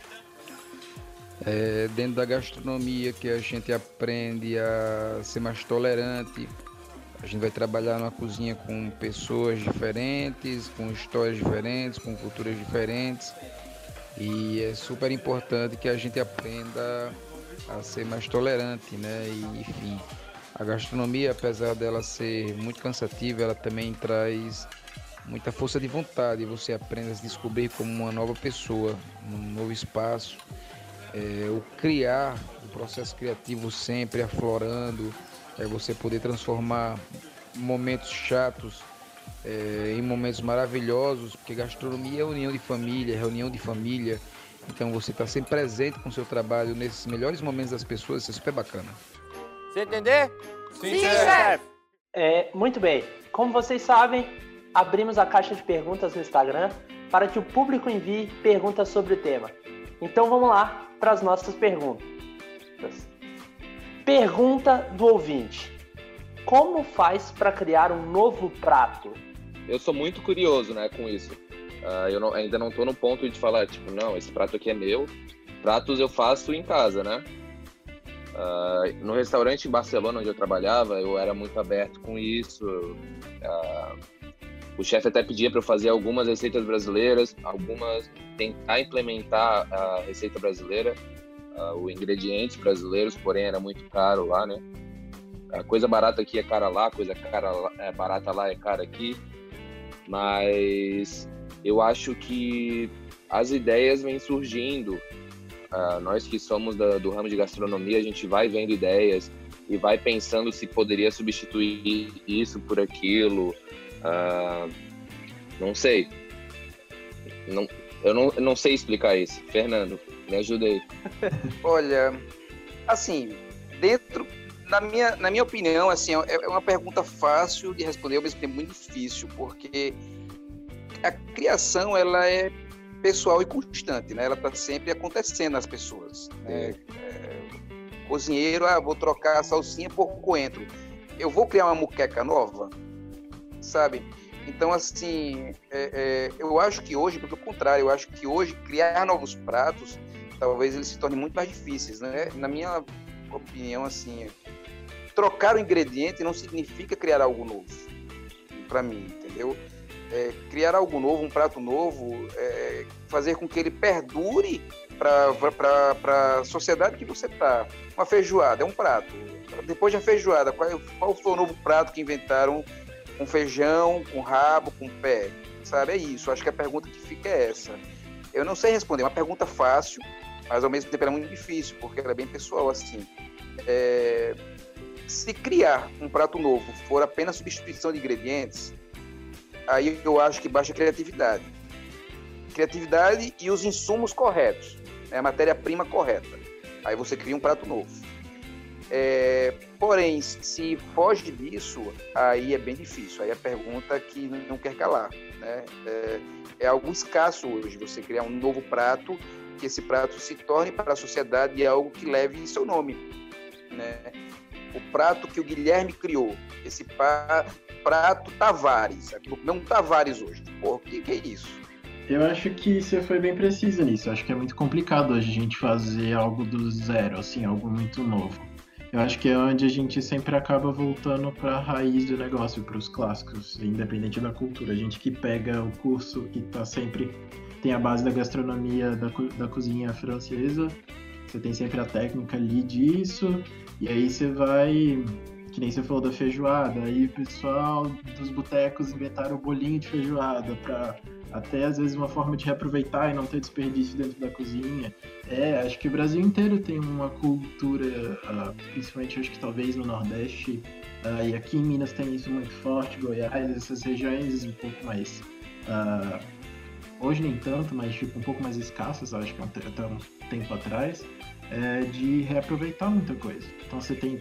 É dentro da gastronomia que a gente aprende a ser mais tolerante. A gente vai trabalhar numa cozinha com pessoas diferentes, com histórias diferentes, com culturas diferentes. E é super importante que a gente aprenda a ser mais tolerante, né? E, enfim, a gastronomia, apesar dela ser muito cansativa, ela também traz muita força de vontade. Você aprende a se descobrir como uma nova pessoa, num novo espaço. É, o criar, o processo criativo sempre aflorando, é você poder transformar momentos chatos é, em momentos maravilhosos, porque gastronomia é união de família, reunião de família. Então você está sempre presente com o seu trabalho nesses melhores momentos das pessoas, isso é super bacana. Você entender? Sim, chefe! É, muito bem. Como vocês sabem, abrimos a caixa de perguntas no Instagram para que o público envie perguntas sobre o tema. Então vamos lá para as nossas perguntas. Pergunta do ouvinte. como faz para criar um novo prato? Eu sou muito curioso, né, com isso. Uh, eu não, ainda não estou no ponto de falar, tipo, não, esse prato aqui é meu. Pratos eu faço em casa, né? Uh, no restaurante em Barcelona, onde eu trabalhava, eu era muito aberto com isso. Uh, o chefe até pedia para eu fazer algumas receitas brasileiras, algumas tentar implementar a receita brasileira, uh, os ingredientes brasileiros, porém era muito caro lá, né? A coisa barata aqui é cara lá, coisa cara lá, é, barata lá é cara aqui. Mas eu acho que as ideias vêm surgindo. Uh, nós que somos da, do ramo de gastronomia, a gente vai vendo ideias e vai pensando se poderia substituir isso por aquilo. Uh, não sei. Não, eu, não, eu não sei explicar isso. Fernando, me ajuda aí. Olha, assim, dentro... Na minha, na minha opinião, assim, é uma pergunta fácil de responder, ao mesmo tempo muito difícil, porque a criação ela é pessoal e constante, né? Ela está sempre acontecendo nas pessoas. Né? É, cozinheiro, ah, vou trocar a salsinha por coentro. Eu vou criar uma moqueca nova, sabe? Então, assim, é, é, eu acho que hoje, pelo contrário, eu acho que hoje criar novos pratos, talvez eles se tornem muito mais difíceis, né? Na minha opinião, assim, trocar o ingrediente não significa criar algo novo, para mim, entendeu? É, criar algo novo, um prato novo, é, fazer com que ele perdure para a sociedade que você está. Uma feijoada é um prato. Depois da feijoada, qual, qual foi o novo prato que inventaram com feijão, com rabo, com pé? Sabe, é isso. Acho que a pergunta que fica é essa. Eu não sei responder, é uma pergunta fácil, mas ao mesmo tempo ela é muito difícil, porque ela é bem pessoal, assim. É... Se criar um prato novo for apenas substituição de ingredientes, aí eu acho que baixa a criatividade. Criatividade e os insumos corretos, né? A matéria-prima correta. Aí você cria um prato novo. É... Porém, se foge disso, aí é bem difícil. Aí a pergunta que não quer calar, né? É... é algo escasso hoje, você criar um novo prato, que esse prato se torne para a sociedade algo que leve seu nome, né? O prato que o Guilherme criou, esse pa... prato Tavares, aqui vou comer um Tavares hoje. Pô, o que, que é isso? Eu acho que você foi bem preciso nisso. Eu acho que é muito complicado hoje a gente fazer algo do zero, assim, algo muito novo. Eu acho que é onde a gente sempre acaba voltando para a raiz do negócio, para os clássicos, independente da cultura. A gente que pega o curso que tá sempre tem a base da gastronomia da, da cozinha francesa, você tem sempre a técnica ali disso, e aí você vai, que nem você falou da feijoada, aí o pessoal dos botecos inventaram o bolinho de feijoada para até às vezes uma forma de reaproveitar e não ter desperdício dentro da cozinha. É, acho que o Brasil inteiro tem uma cultura, uh, principalmente acho que talvez no Nordeste, uh, e aqui em Minas tem isso muito forte, Goiás, essas regiões um pouco mais, uh, hoje nem tanto, mas tipo um pouco mais escassas, acho que até um tempo atrás, é, de reaproveitar muita coisa. Então você tem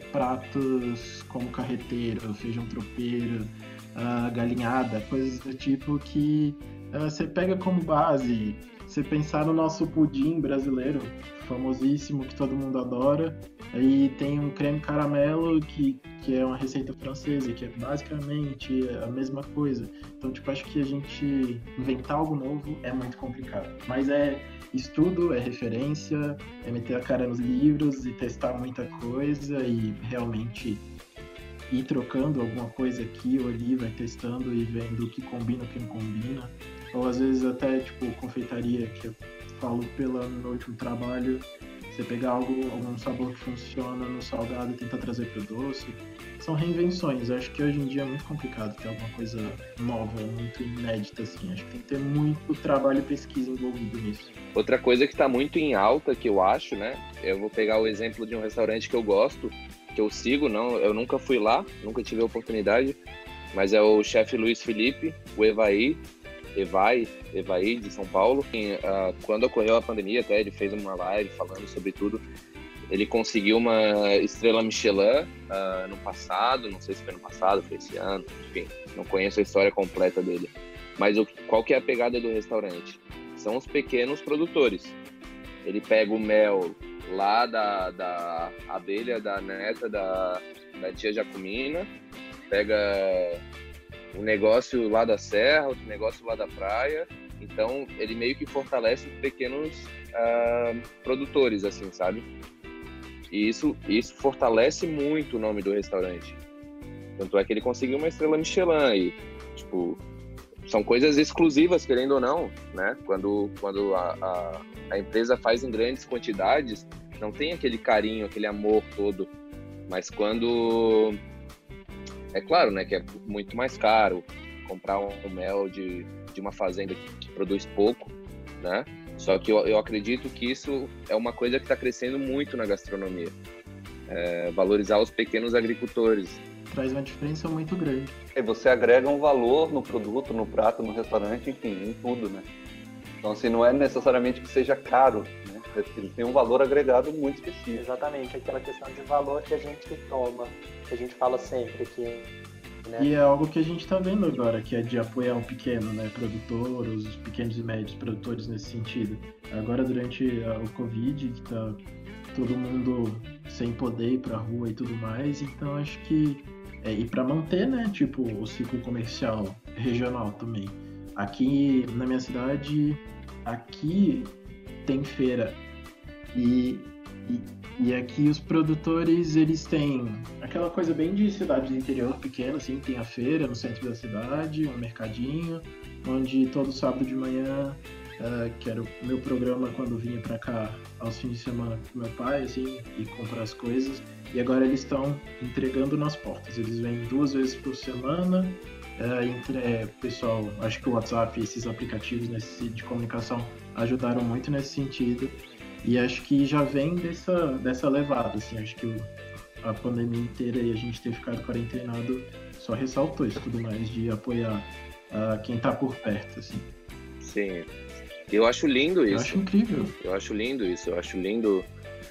pratos como carreteiro, feijão tropeiro, uh, galinhada, coisas do tipo que uh, você pega como base. Você pensar no nosso pudim brasileiro, famosíssimo, que todo mundo adora, aí tem um creme caramelo que, que é uma receita francesa, que é basicamente a mesma coisa. Então, tipo, acho que a gente inventar algo novo é muito complicado. Mas é estudo, é referência, é meter a cara nos livros e testar muita coisa e realmente ir trocando alguma coisa aqui ou ali, vai testando e vendo o que combina, o que não combina. Ou às vezes até, tipo, confeitaria, que eu falo pela, no meu último trabalho, você pegar algo, algum sabor que funciona no salgado e tentar trazer pro doce. São reinvenções. Eu acho que hoje em dia é muito complicado ter alguma coisa nova, muito inédita, assim. Acho que tem que ter muito trabalho e pesquisa envolvido nisso. Outra coisa que está muito em alta, que eu acho, né? Eu vou pegar o exemplo de um restaurante que eu gosto, que eu sigo, não, eu nunca fui lá, nunca tive a oportunidade, mas é o chefe Luiz Felipe, o Evaí, Evai, Evaí de São Paulo. E, uh, quando ocorreu a pandemia, até ele fez uma live falando sobre tudo. Ele conseguiu uma estrela Michelin uh, no passado, não sei se foi no passado, foi esse ano, enfim, não conheço a história completa dele. Mas o, qual que é a pegada do restaurante? São os pequenos produtores. Ele pega o mel lá da, da abelha, da neta, da, da tia Jacomina, pega um negócio lá da serra, outro negócio lá da praia. Então, ele meio que fortalece os pequenos uh, produtores, assim, sabe? E isso, isso fortalece muito o nome do restaurante. Tanto é que ele conseguiu uma estrela Michelin e, tipo, são coisas exclusivas, querendo ou não, né? Quando, quando a, a, a empresa faz em grandes quantidades, não tem aquele carinho, aquele amor todo. Mas quando... É claro, né, que é muito mais caro comprar um, um mel de, de uma fazenda que, que produz pouco, né? Só que eu, eu acredito que isso é uma coisa que está crescendo muito na gastronomia. É, valorizar os pequenos agricultores. Traz uma diferença muito grande. E você agrega um valor no produto, no prato, no restaurante, enfim, em tudo, né? Então, assim, não é necessariamente que seja caro, né? Ele tem um valor agregado muito específico. Exatamente, aquela questão de valor que a gente toma, que a gente fala sempre aqui, né? E é algo que a gente está vendo agora, que é de apoiar o pequeno, né, produtor, os pequenos e médios produtores nesse sentido. Agora, durante a, o Covid, que tá todo mundo sem poder ir pra rua e tudo mais, então acho que é, e para manter, né, tipo, o ciclo comercial regional também. Aqui na minha cidade, aqui tem feira e, e, e aqui os produtores, eles têm aquela coisa bem de cidade do interior pequena, assim, tem a feira no centro da cidade, um mercadinho, onde todo sábado de manhã, uh, que era o meu programa quando vinha pra cá aos fins de semana com meu pai, assim, e comprar as coisas, e agora eles estão entregando nas portas, eles vêm duas vezes por semana. É, entre, é, pessoal, acho que o WhatsApp e esses aplicativos nesse, de comunicação ajudaram muito nesse sentido, e acho que já vem dessa, dessa levada, assim, acho que o, a pandemia inteira e a gente ter ficado quarentenado só ressaltou isso tudo mais, de apoiar uh, quem tá por perto, assim. Sim, eu acho lindo isso. Eu acho incrível. Eu acho lindo isso, eu acho lindo...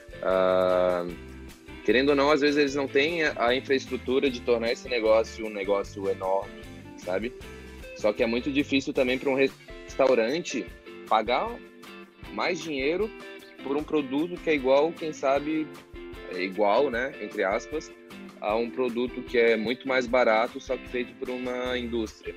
Uh... Querendo ou não, às vezes eles não têm a infraestrutura de tornar esse negócio um negócio enorme, sabe? Só que é muito difícil também para um restaurante pagar mais dinheiro por um produto que é igual, quem sabe, é igual, né, entre aspas, a um produto que é muito mais barato, só que feito por uma indústria.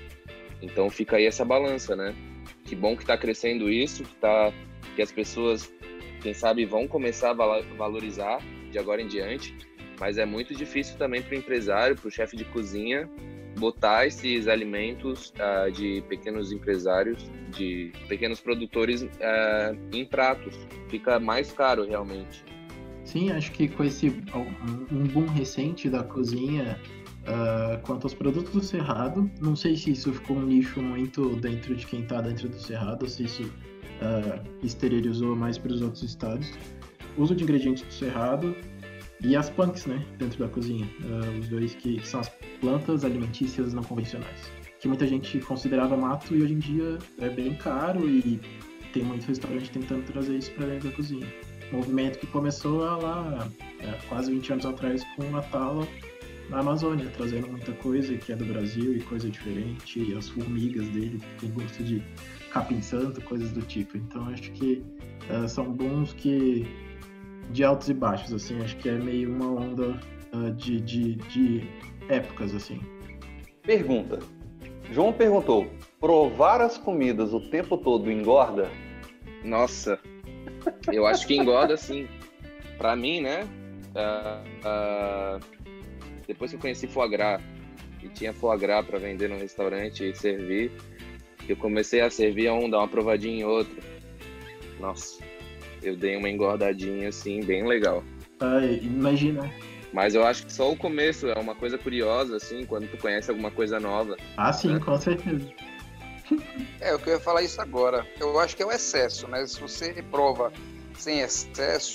Então fica aí essa balança, né? Que bom que está crescendo isso, que, tá, que as pessoas, quem sabe, vão começar a valorizar de agora em diante, mas é muito difícil também para o empresário, para o chefe de cozinha, botar esses alimentos uh, de pequenos empresários, de pequenos produtores uh, em pratos. Fica mais caro realmente. Sim, acho que com esse um boom recente da cozinha, uh, quanto aos produtos do Cerrado, não sei se isso ficou um nicho muito dentro de quem está dentro do Cerrado, ou se isso uh, exteriorizou mais para os outros estados. Uso de ingredientes do Cerrado e as punks, né, dentro da cozinha, uh, os dois que, que são as plantas alimentícias não convencionais, que muita gente considerava mato e hoje em dia é bem caro e tem muito restaurante tentando trazer isso para dentro da cozinha. Um movimento que começou lá é, quase vinte anos atrás com a tala na Amazônia, trazendo muita coisa que é do Brasil e coisa diferente, e as formigas dele que tem gosto de capim santo, coisas do tipo. Então acho que uh, são bons que de altos e baixos, assim, acho que é meio uma onda uh, de, de, de épocas, assim. Pergunta. João perguntou, provar as comidas o tempo todo engorda? Nossa, eu acho que engorda, sim. Pra mim, né, uh, uh, depois que eu conheci foie gras, e tinha foie gras pra vender no restaurante e servir, eu comecei a servir a um, dar uma provadinha em outro. Nossa, eu dei uma engordadinha, assim, bem legal. Ai, imagina. Mas eu acho que só o começo é uma coisa curiosa, assim, quando tu conhece alguma coisa nova. Ah, sim, né? Com certeza. É, eu queria falar isso agora. Eu acho que é o excesso, né? Se você prova sem excesso,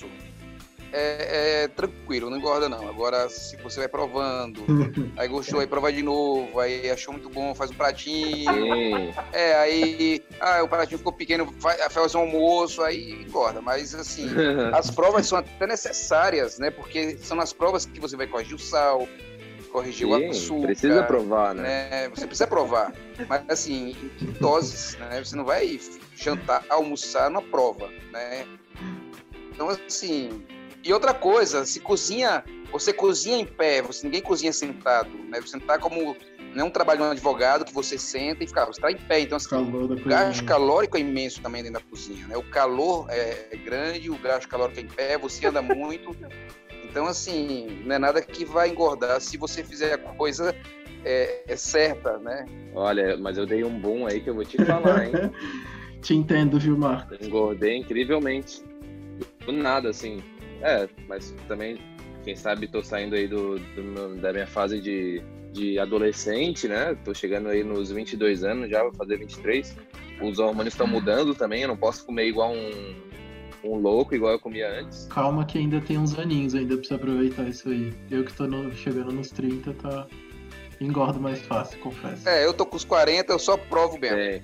é, é tranquilo, não engorda não. Agora, se você vai provando, aí gostou, aí prova de novo, aí achou muito bom, faz um pratinho. Sim. É, aí ah, o pratinho ficou pequeno, faz, faz um almoço, aí engorda. Mas, assim, as provas são até necessárias, né? Porque são nas provas que você vai corrigir o sal, corrigir Sim, o açúcar. Precisa provar, né? né? Você precisa provar. Mas, assim, em doses, né? Você não vai jantar, almoçar numa prova, né? Então, assim... E outra coisa, se cozinha... Você cozinha em pé, você, ninguém cozinha sentado, né? Você não tá como... Não é um trabalho de um advogado que você senta e fica... Você tá em pé, então, assim... O gasto calórico é imenso também dentro da cozinha, né? O calor é grande, o gasto calórico é em pé, você anda muito... Então, assim, não é nada que vai engordar se você fizer a coisa é, é certa, né? Olha, mas eu dei um boom aí que eu vou te falar, hein? Te entendo, viu, Marcos? Engordei incrivelmente. Do nada, assim. É, mas também, quem sabe, tô saindo aí do, do da minha fase de, de adolescente, né? Tô chegando aí nos vinte e dois anos já, vou fazer vinte e três. Os hormônios estão mudando também, eu não posso comer igual um... um louco, igual eu comia antes. Calma que ainda tem uns aninhos, ainda precisa aproveitar isso aí. Eu que tô no, chegando nos trinta, tá... engordo mais fácil, confesso. É, eu tô com os quarenta, eu só provo mesmo. É.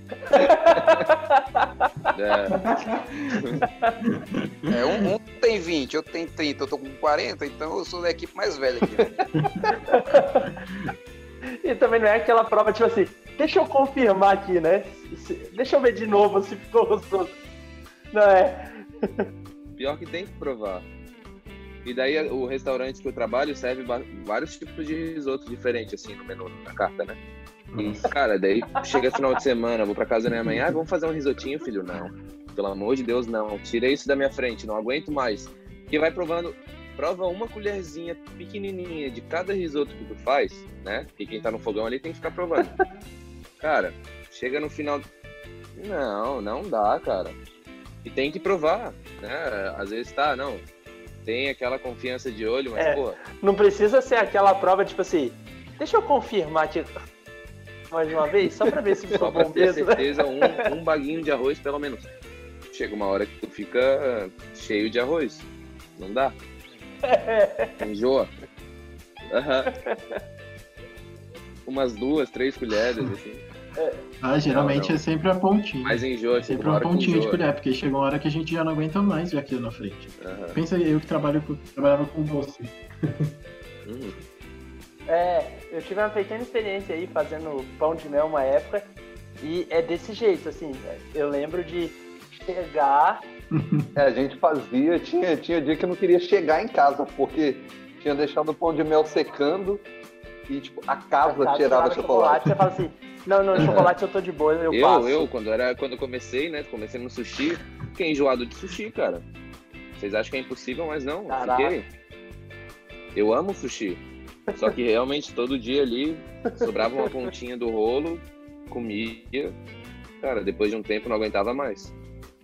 é. é um, um tem vinte, eu tenho trinta, eu tô com quarenta, então eu sou da equipe mais velha aqui. Né? E também não é aquela prova, tipo assim, deixa eu confirmar aqui, né? Deixa eu ver de novo se ficou gostoso. Não é... Pior que tem que provar. E daí o restaurante que eu trabalho serve vários tipos de risoto diferentes, assim, no menu, na carta, né? E, cara, daí chega final de semana, vou pra casa da minha mãe, ah, vamos fazer um risotinho, filho? Não. Pelo amor de Deus, não. Tira isso da minha frente, não aguento mais. E vai provando, prova uma colherzinha pequenininha de cada risoto que tu faz, né? E quem tá no fogão ali tem que ficar provando. Cara, chega no final... Não, não dá, cara. E tem que provar, né? Às vezes tá, não... Tem aquela confiança de olho, mas, é, pô... Não precisa ser aquela prova, tipo assim... Deixa eu confirmar, tipo... Mais uma vez, só pra ver se ficou bom mesmo. Só pra ter certeza, um, um baguinho de arroz, pelo menos. Chega uma hora que tu fica cheio de arroz. Não dá. Enjoa. Uhum. Umas duas, três colheres, assim. Ah, geralmente não, não. é sempre a pontinha. Mas enjoa, é sempre uma pontinha de colher, porque chega uma hora que a gente já não aguenta mais ver aquilo na frente. Uhum. Pensa eu que trabalho com, trabalhava com você. Uhum. É, eu tive uma pequena experiência aí fazendo pão de mel uma época e é desse jeito, assim, eu lembro de chegar... É, a gente fazia, tinha, tinha dia que eu não queria chegar em casa, porque tinha deixado o pão de mel secando e, tipo, a casa, a casa tirava chocolate. chocolate. Você fala assim, não, não, chocolate eu tô de boa, eu, eu passo. Eu, quando, era, quando eu comecei, né, comecei no sushi, fiquei enjoado de sushi, cara. Vocês acham que é impossível, mas não, Caraca. Fiquei. Eu amo sushi. Só que realmente todo dia ali sobrava uma pontinha do rolo, comia. Cara, depois de um tempo não aguentava mais.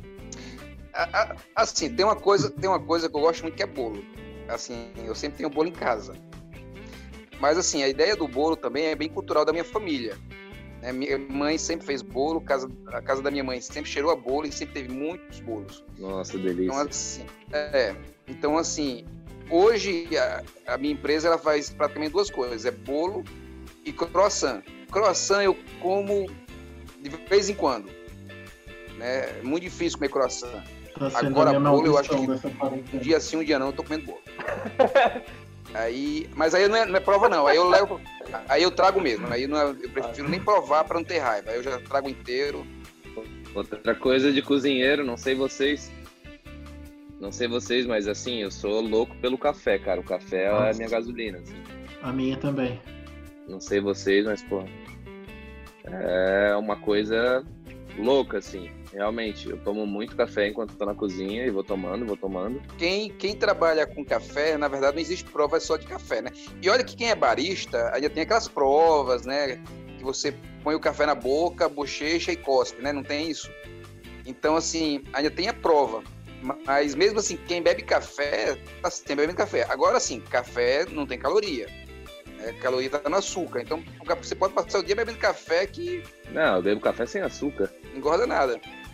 Assim, tem uma coisa, tem uma coisa que eu gosto muito que é bolo. Assim, eu sempre tenho bolo em casa. Mas assim, a ideia do bolo também é bem cultural da minha família. Né? Minha mãe sempre fez bolo, casa, a casa da minha mãe sempre cheirou a bolo e sempre teve muitos bolos. Nossa, delícia. Então assim, é, então, assim hoje a, a minha empresa ela faz praticamente duas coisas, é bolo e croissant. Croissant eu como de vez em quando, né? É muito difícil comer croissant. Tá Agora bolo eu acho que um dia sim, um dia não, eu tô comendo bolo. Aí, mas aí não é, não é prova não, aí eu levo, aí eu trago mesmo, aí não é, eu prefiro nem provar para não ter raiva, aí eu já trago inteiro. Outra coisa de cozinheiro, não sei vocês, Não sei vocês, mas assim, eu sou louco pelo café, cara. O café Nossa. é a minha gasolina. Assim. A minha também. Não sei vocês, mas, pô, é uma coisa louca, assim. Realmente, eu tomo muito café enquanto estou na cozinha e vou tomando, vou tomando. Quem, quem trabalha com café, na verdade, não existe prova só de café, né? E olha que quem é barista, ainda tem aquelas provas, né? Que você põe o café na boca, bochecha e cospe, né? Não tem isso? Então, assim, ainda tem a prova. Mas mesmo assim, quem bebe café, tá sempre bebendo café. Agora sim, café não tem caloria. A caloria tá no açúcar. Então você pode passar o dia bebendo café que... Não, eu bebo café sem açúcar. Não engorda nada.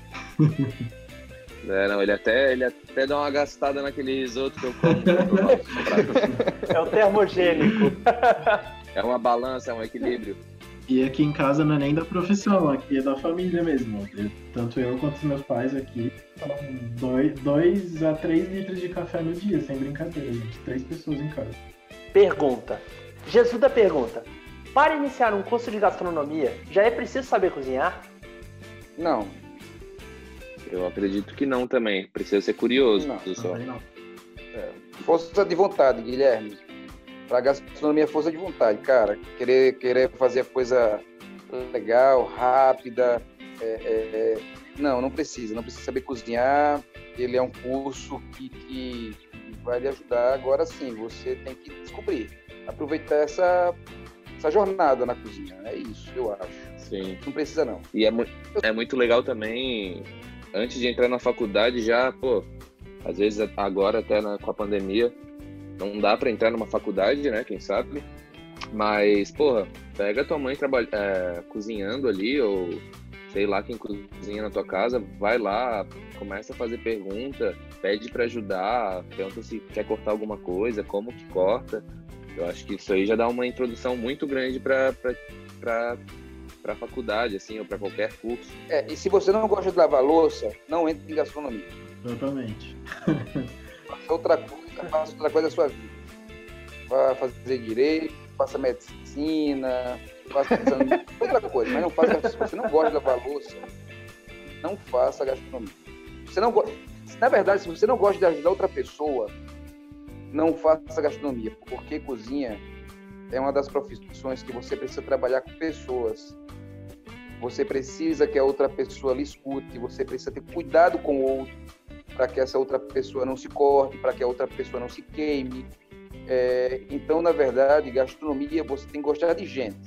É, não, ele até, ele até dá uma gastada naquele risoto que eu como. É o termogênico. É uma balança, é um equilíbrio. E aqui em casa não é nem da profissão, aqui é da família mesmo. Eu, tanto eu quanto os meus pais aqui tomam dois a três litros de café no dia, sem brincadeira, gente. Três pessoas em casa. Pergunta. Jesuda pergunta. Para iniciar um curso de gastronomia, já é preciso saber cozinhar? Não. Eu acredito que não também. Precisa ser curioso. Não, só. Não. É. Força de vontade, Guilherme. Para gastronomia é força de vontade, cara. Querer, querer fazer a coisa legal, rápida. É, é, é... Não, não precisa. Não precisa saber cozinhar. Ele é um curso que, que vai lhe ajudar. Agora sim, você tem que descobrir. Aproveitar essa, essa jornada na cozinha. É isso, eu acho. Sim. Não precisa, não. E é, mu- é muito legal também, antes de entrar na faculdade, já, pô, às vezes agora até na, com a pandemia, não dá pra entrar numa faculdade, né, quem sabe? Mas, porra, pega tua mãe traba- é, cozinhando ali, ou sei lá quem cozinha na tua casa, vai lá, começa a fazer pergunta, pede pra ajudar, pergunta se quer cortar alguma coisa, como que corta. Eu acho que isso aí já dá uma introdução muito grande pra, pra, pra, pra faculdade, assim, ou pra qualquer curso. É, e se você não gosta de lavar louça, não entre em gastronomia. Totalmente. Faça outra coisa, faça outra coisa da sua vida. Vá fazer direito, faça medicina, faça outra coisa, mas não faça. Se você não gosta de lavar louça, não faça gastronomia. Você não go... Na verdade, se você não gosta de ajudar outra pessoa, não faça gastronomia, porque cozinha é uma das profissões que você precisa trabalhar com pessoas. Você precisa que a outra pessoa lhe escute, você precisa ter cuidado com o outro, para que essa outra pessoa não se corte, para que a outra pessoa não se queime. É, então, na verdade, gastronomia, você tem que gostar de gente.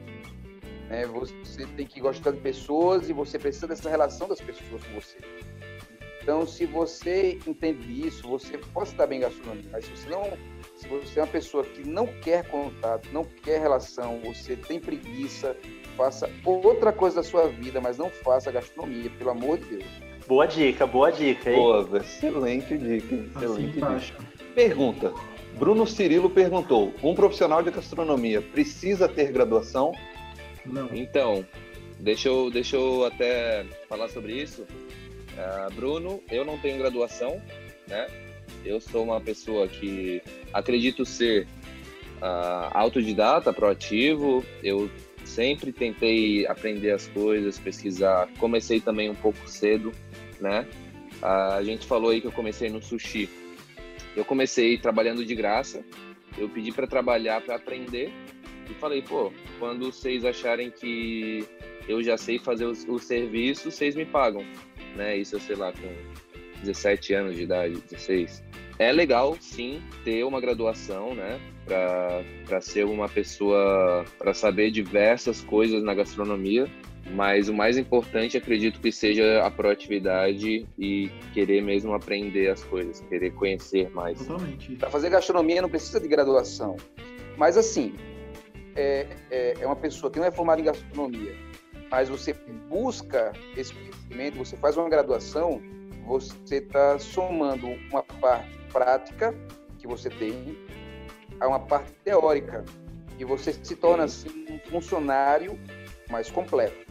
Né? Você tem que gostar de pessoas e você precisa dessa relação das pessoas com você. Então, se você entende isso, você pode estar bem em gastronomia, mas se você não, se você é uma pessoa que não quer contato, não quer relação, você tem preguiça, faça outra coisa da sua vida, mas não faça gastronomia, pelo amor de Deus. Boa dica, boa dica, hein? Boa, excelente dica, excelente Assim dica. embaixo. Pergunta. Bruno Cirilo perguntou, um profissional de gastronomia precisa ter graduação? Não. Então, deixa eu, deixa eu até falar sobre isso. Uh, Bruno, eu não tenho graduação, né? Eu sou uma pessoa que acredito ser uh, autodidata, proativo. Eu sempre tentei aprender as coisas, pesquisar. Comecei também um pouco cedo, né? Uh, a gente falou aí que eu comecei no sushi. Eu comecei trabalhando de graça. Eu pedi para trabalhar, para aprender. E falei, pô, quando vocês acharem que eu já sei fazer o, o serviço, vocês me pagam. Né? Isso eu sei lá, com dezessete anos de idade, dezesseis. É legal, sim, ter uma graduação, né? Para ser uma pessoa, para saber diversas coisas na gastronomia, mas o mais importante, acredito que seja a proatividade e querer mesmo aprender as coisas, querer conhecer mais. Totalmente. Para fazer gastronomia não precisa de graduação, mas assim, é, é, é uma pessoa que não é formada em gastronomia, mas você busca esse conhecimento, você faz uma graduação, você está somando uma parte prática que você tem a uma parte teórica e você se torna assim um funcionário mais completo.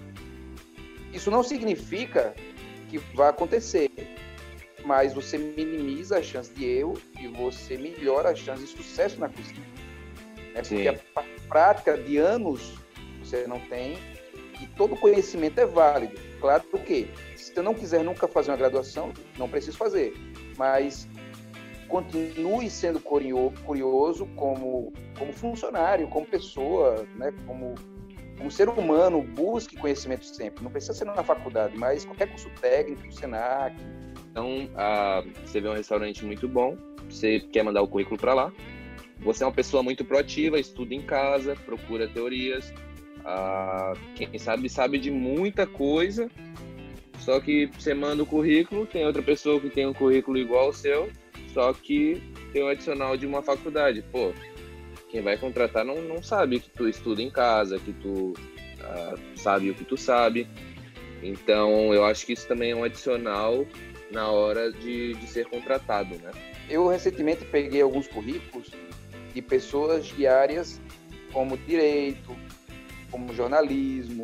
Isso não significa que vai acontecer, mas você minimiza a chance de erro e você melhora a chance de sucesso na cozinha. É porque a parte prática de anos você não tem. E todo conhecimento é válido. Claro que, se eu não quiser nunca fazer uma graduação, não preciso fazer. Mas continue sendo curioso como, como funcionário, como pessoa, né? como, como ser humano, busque conhecimento sempre. Não precisa ser na faculdade, mas qualquer curso técnico, Senac. Então, ah, você vê um restaurante muito bom, você quer mandar o currículo para lá. Você é uma pessoa muito proativa, estuda em casa, procura teorias. Ah, quem sabe, sabe de muita coisa, só que você manda o currículo, tem outra pessoa que tem um currículo igual ao seu, só que tem um adicional de uma faculdade. Pô, quem vai contratar não, não sabe que tu estuda em casa, que tu ah, sabe o que tu sabe. Então, eu acho que isso também é um adicional na hora de, de ser contratado, né? Eu recentemente peguei alguns currículos de pessoas de áreas como direito, como jornalismo,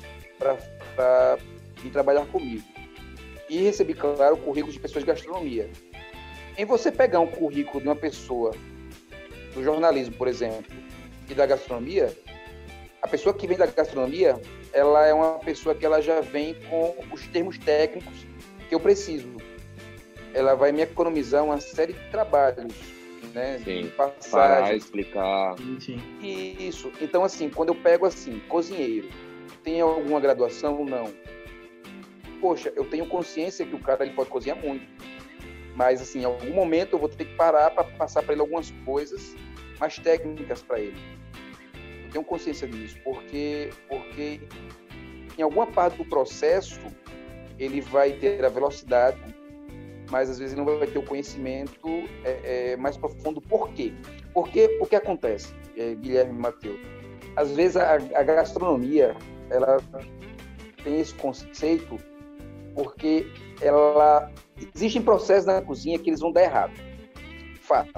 para vir trabalhar comigo. E recebi, claro, currículos de pessoas de gastronomia. Em você pegar um currículo de uma pessoa do jornalismo, por exemplo, e da gastronomia, a pessoa que vem da gastronomia, ela é uma pessoa que ela já vem com os termos técnicos porque eu preciso. Ela vai me economizar uma série de trabalhos, né? Sim, de passagem. parar, explicar. Sim. Isso. Então, assim, quando eu pego assim, cozinheiro, tem alguma graduação? Não. Poxa, eu tenho consciência que o cara ele pode cozinhar muito. Mas, assim, em algum momento eu vou ter que parar para passar para ele algumas coisas mais técnicas para ele. Eu tenho consciência disso, porque, porque em alguma parte do processo ele vai ter a velocidade, mas às vezes ele não vai ter o conhecimento é, é, mais profundo. Por quê? Porque o que acontece, é, Guilherme e Matheus? Às vezes a, a gastronomia ela tem esse conceito porque ela existem processos na cozinha que eles vão dar errado. Fato.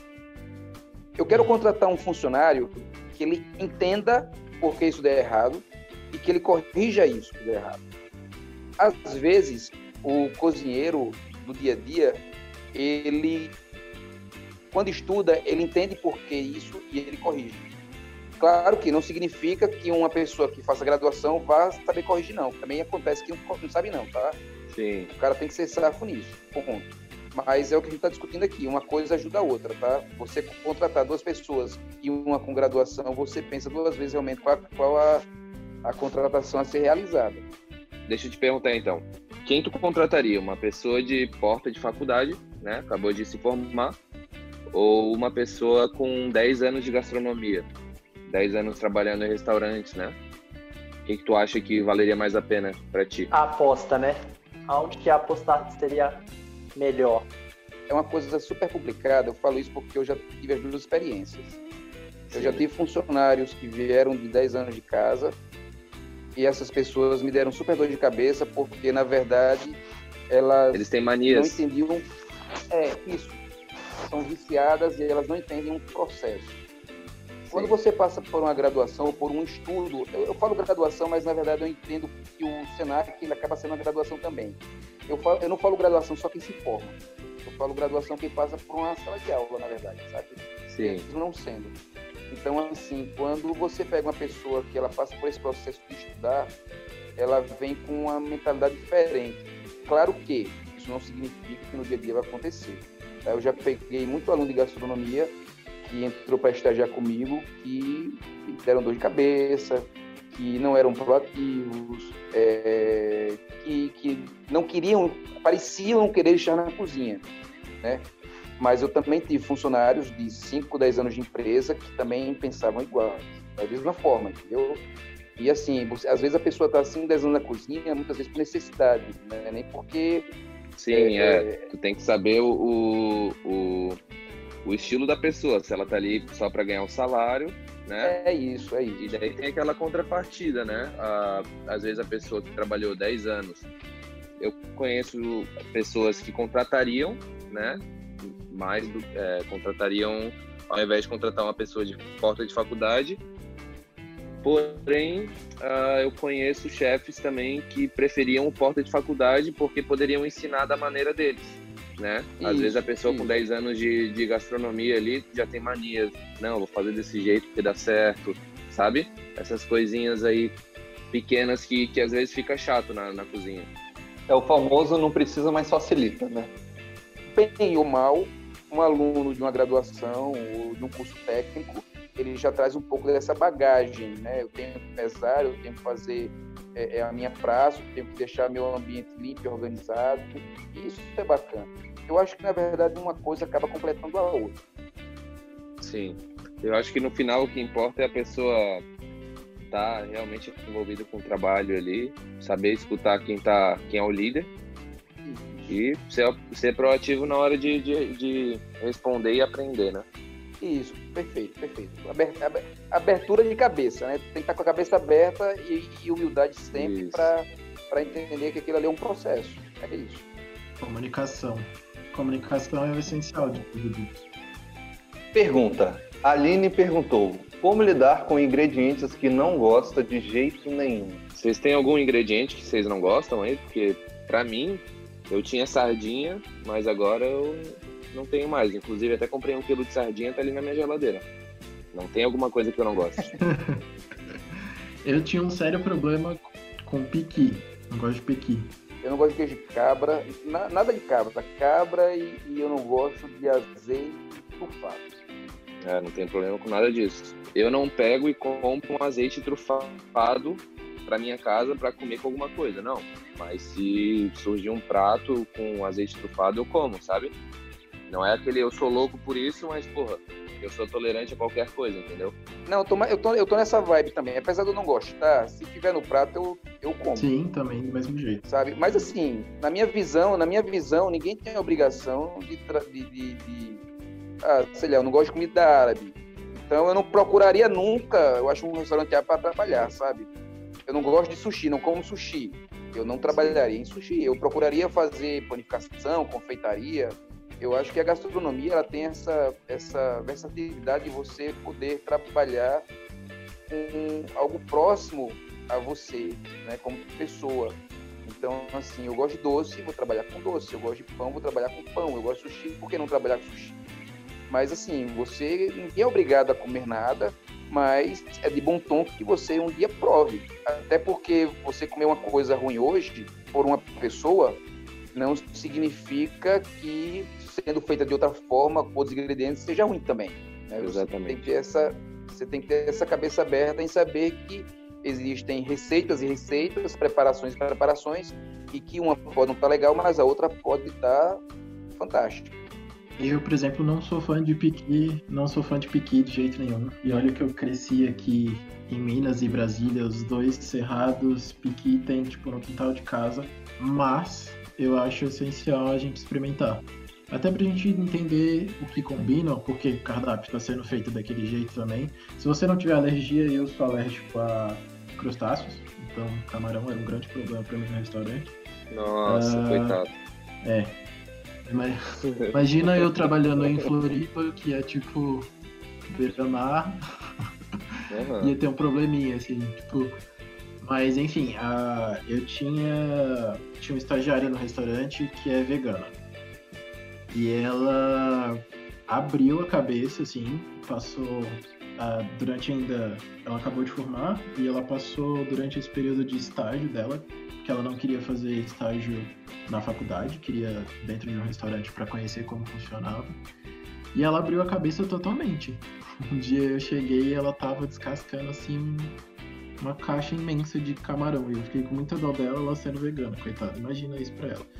Eu quero contratar um funcionário que ele entenda por que isso der errado e que ele corrija isso que der errado. Às vezes, o cozinheiro do dia a dia, ele, quando estuda, ele entende por que isso e ele corrige. Claro que não significa que uma pessoa que faça graduação vá saber corrigir, não. Também acontece que não sabe não, tá? Sim. O cara tem que ser safo nisso, ponto. Mas é o que a gente está discutindo aqui, uma coisa ajuda a outra, tá? Você contratar duas pessoas e uma com graduação, você pensa duas vezes realmente qual, qual a, a contratação a ser realizada. Deixa eu te perguntar então, quem tu contrataria? Uma pessoa de porta de faculdade, né? Acabou de se formar, ou uma pessoa com dez anos de gastronomia, dez anos trabalhando em restaurantes, né? O que, que tu acha que valeria mais a pena para ti? A aposta, né? Aonde que apostar seria melhor? É uma coisa super complicada, eu falo isso porque eu já tive as duas experiências. Sim. Eu já tive funcionários que vieram de dez anos de casa e essas pessoas me deram super dor de cabeça porque, na verdade, elas Eles têm manias. não entendiam... É, isso. São viciadas e elas não entendem um processo. Quando você passa por uma graduação ou por um estudo, eu, eu falo graduação, mas na verdade eu entendo que o Senac ele acaba sendo uma graduação também. Eu, falo, eu não falo graduação só quem se forma. Eu falo graduação quem passa por uma sala de aula, na verdade, sabe? Sim. Isso não sendo. Então, assim, quando você pega uma pessoa que ela passa por esse processo de estudar, ela vem com uma mentalidade diferente. Claro que isso não significa que no dia a dia vai acontecer. Eu já peguei muito aluno de gastronomia que entrou para estagiar comigo, que deram dor de cabeça, que não eram proativos, é, que, que não queriam, pareciam querer estar na cozinha, né? Mas eu também tive funcionários de cinco, dez anos de empresa que também pensavam igual, da mesma forma, entendeu? E assim, você, às vezes a pessoa está cinco, dez anos na cozinha, muitas vezes por necessidade, né? Nem porque... Sim, é, é, tu tem que saber o... o... o estilo da pessoa, se ela tá ali só para ganhar um salário, né? É isso, é isso. E daí tem aquela contrapartida, né? Ah, às vezes a pessoa que trabalhou dez anos, eu conheço pessoas que contratariam, né? Mais do, é, contratariam, ao invés de contratar uma pessoa de porta de faculdade. Porém, ah, eu conheço chefes também que preferiam o porta de faculdade porque poderiam ensinar da maneira deles. Né? Às isso, vezes a pessoa isso. com dez anos de, de gastronomia ali já tem manias. Não, vou fazer desse jeito porque dá certo, sabe? Essas coisinhas aí pequenas que, que às vezes fica chato na, na cozinha. É o famoso não precisa, mas facilita, né? Bem ou mal, um aluno de uma graduação ou de um curso técnico, ele já traz um pouco dessa bagagem, né? Eu tenho que pesar, eu tenho que fazer é, é a minha praça, eu tenho que deixar meu ambiente limpo e organizado. E isso é bacana. Eu acho que, na verdade, uma coisa acaba completando a outra. Sim. Eu acho que no final o que importa é a pessoa estar realmente envolvida com o trabalho ali, saber escutar quem, tá, quem é o líder e ser, ser proativo na hora de, de, de responder e aprender, né? Isso, perfeito, perfeito. Abertura de cabeça, né? Tem que estar com a cabeça aberta e, e humildade sempre para entender que aquilo ali é um processo. É isso. Comunicação. Comunicação é o essencial de tudo isso. Pergunta. A Aline perguntou: como lidar com ingredientes que não gosta de jeito nenhum? Vocês têm algum ingrediente que vocês não gostam aí? Porque, pra mim, eu tinha sardinha, mas agora eu não tenho mais. Inclusive, até comprei um quilo de sardinha, tá ali na minha geladeira. Não tem alguma coisa que eu não gosto. Eu tinha um sério problema com piqui. Não gosto de piqui. Eu Eu não gosto de queijo de cabra, na, nada de cabra, tá? Cabra e, e eu não gosto de azeite trufado. É, não tem problema com nada disso. Eu não pego e compro um azeite trufado para minha casa para comer com alguma coisa, não. Mas se surgir um prato com azeite trufado, eu como, sabe? Não é aquele eu sou louco por isso, mas, porra, eu sou tolerante a qualquer coisa, entendeu? Não, eu tô, eu tô, eu tô nessa vibe também, apesar de eu não gostar, se tiver no prato, eu, eu como. Sim, também, do mesmo jeito. Sabe? Mas assim, na minha visão, na minha visão, ninguém tem a obrigação de... Tra- de, de, de ah, sei lá, eu não gosto de comida árabe. Então eu não procuraria nunca, eu acho um restaurante árabe para trabalhar, sabe? Eu não gosto de sushi, não como sushi. Eu não trabalharia em sushi. Eu procuraria fazer panificação, confeitaria. Eu acho que a gastronomia ela tem essa, essa versatilidade de você poder trabalhar com algo próximo a você, né, como pessoa. Então, assim, eu gosto de doce, vou trabalhar com doce. Eu gosto de pão, vou trabalhar com pão. Eu gosto de sushi, por que não trabalhar com sushi? Mas, assim, você ninguém é obrigado a comer nada, mas é de bom tom que você um dia prove. Até porque você comer uma coisa ruim hoje, por uma pessoa, não significa que, sendo feita de outra forma, com outros ingredientes, seja ruim também. Né? Exatamente. Você tem que ter essa, você tem que ter essa cabeça aberta em saber que existem receitas e receitas, preparações e preparações, e que uma pode não estar legal, mas a outra pode estar fantástica. Eu, por exemplo, não sou fã de piqui, não sou fã de piqui de jeito nenhum. E olha que eu cresci aqui em Minas e Brasília, os dois cerrados, piqui tem tipo no quintal de casa, mas eu acho essencial a gente experimentar. Até pra gente entender o que combina, porque o cardápio está sendo feito daquele jeito também. Se você não tiver alergia, eu sou alérgico a crustáceos, então camarão era um grande problema para mim no restaurante. Nossa, uh, coitado. É. Imagina eu trabalhando em Floripa, que é tipo beira-mar, uhum. Ia ter um probleminha, assim, tipo... Mas, enfim, a... eu tinha... tinha uma estagiária no restaurante que é vegana. E ela abriu a cabeça, assim, passou... A... durante ainda... Ela acabou de formar e ela passou durante esse período de estágio dela, que ela não queria fazer estágio na faculdade, queria dentro de um restaurante para conhecer como funcionava. E ela abriu a cabeça totalmente. Um dia eu cheguei e ela tava descascando assim uma caixa imensa de camarão. E eu fiquei com muita dó dela, ela sendo vegana, coitada. Imagina isso pra ela.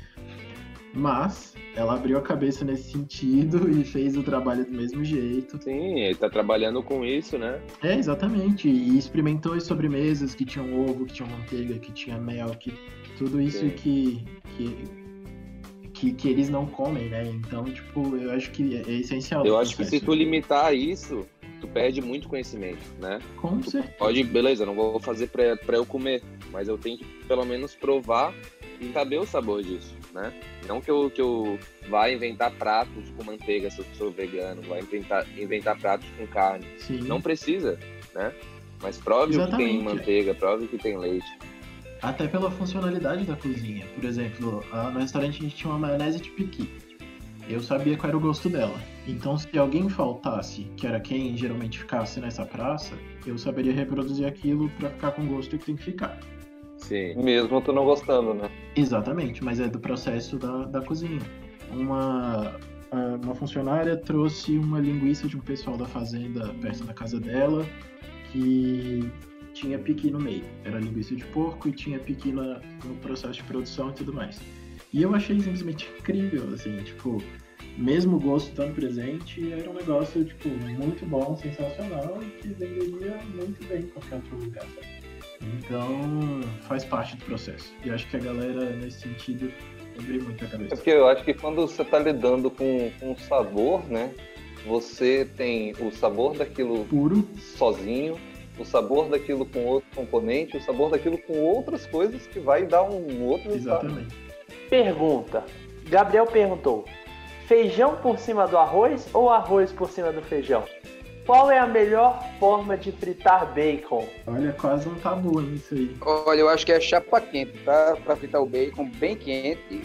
Mas ela abriu a cabeça nesse sentido e fez o trabalho do mesmo jeito. Sim, ele tá trabalhando com isso, né? É, exatamente. E experimentou as sobremesas que tinham ovo, que tinham manteiga, que tinha mel, que tudo isso que, que, que, que eles não comem, né? Então, tipo, eu acho que é essencial. Eu acho que se tu limitar isso, tu perde muito conhecimento, né? Com tu certeza. Pode, beleza, não vou fazer pra, pra eu comer, mas eu tenho que pelo menos provar e saber o sabor disso, né? Não que eu, que eu vá inventar pratos com manteiga se eu sou vegano, vá inventar, inventar pratos com carne. Sim. Não precisa, né? Mas prove o que tem manteiga, prove o que tem leite. Até pela funcionalidade da cozinha. Por exemplo, no restaurante a gente tinha uma maionese de piqui. Eu sabia qual era o gosto dela. Então, se alguém faltasse, que era quem geralmente ficasse nessa praça, eu saberia reproduzir aquilo para ficar com o gosto que tem que ficar. Sim. Mesmo tu não gostando, né? Exatamente, mas é do processo da, da cozinha. Uma, uma funcionária trouxe uma linguiça de um pessoal da fazenda perto da casa dela, que tinha piqui no meio. Era linguiça de porco e tinha piqui na, no processo de produção e tudo mais. E eu achei simplesmente incrível, assim, tipo, mesmo o gosto estando presente, era um negócio, tipo, muito bom, sensacional e que venderia muito bem em qualquer outro lugar, sabe? Então, faz parte do processo. E eu acho que a galera, nesse sentido, abre muito a cabeça. É porque eu acho que quando você está lidando com, com sabor, né? Você tem o sabor daquilo puro, sozinho, o sabor daquilo com outro componente, o sabor daquilo com outras coisas que vai dar um outro resultado. Exatamente. Pergunta. Gabriel perguntou: feijão por cima do arroz ou arroz por cima do feijão? Qual é a melhor forma de fritar bacon? Olha, quase um tabu isso aí. Olha, eu acho que é chapa quente, tá? Pra fritar o bacon bem quente.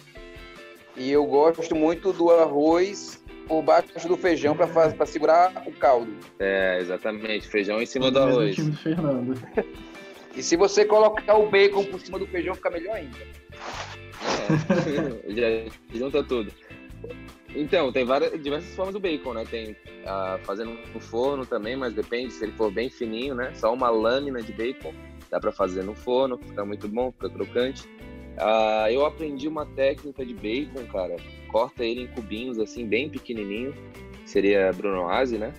E eu gosto muito do arroz por baixo do feijão pra, fazer, pra segurar o caldo. É, exatamente. Feijão em cima é do arroz. Time do Fernando. E se você colocar o bacon por cima do feijão, fica melhor ainda. já junta tudo. Então, tem várias, diversas formas do bacon, né? Tem ah, fazendo no forno também, mas depende se ele for bem fininho, né? Só uma lâmina de bacon, dá para fazer no forno, fica muito bom, fica crocante. Ah, eu aprendi uma técnica de bacon, cara. Corta ele em cubinhos, assim, bem pequenininho. Seria brunoise, né?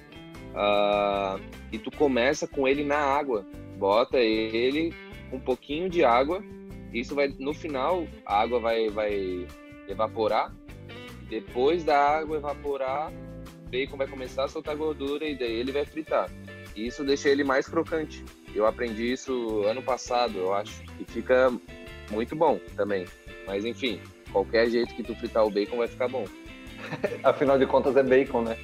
Ah, e tu começa com ele na água. Bota ele com um pouquinho de água. Isso vai, no final, a água vai, vai evaporar. Depois da água evaporar, o bacon vai começar a soltar gordura e daí ele vai fritar. E isso deixa ele mais crocante. Eu aprendi isso ano passado, eu acho. E fica muito bom também. Mas enfim, qualquer jeito que tu fritar o bacon vai ficar bom. Afinal de contas é bacon, né?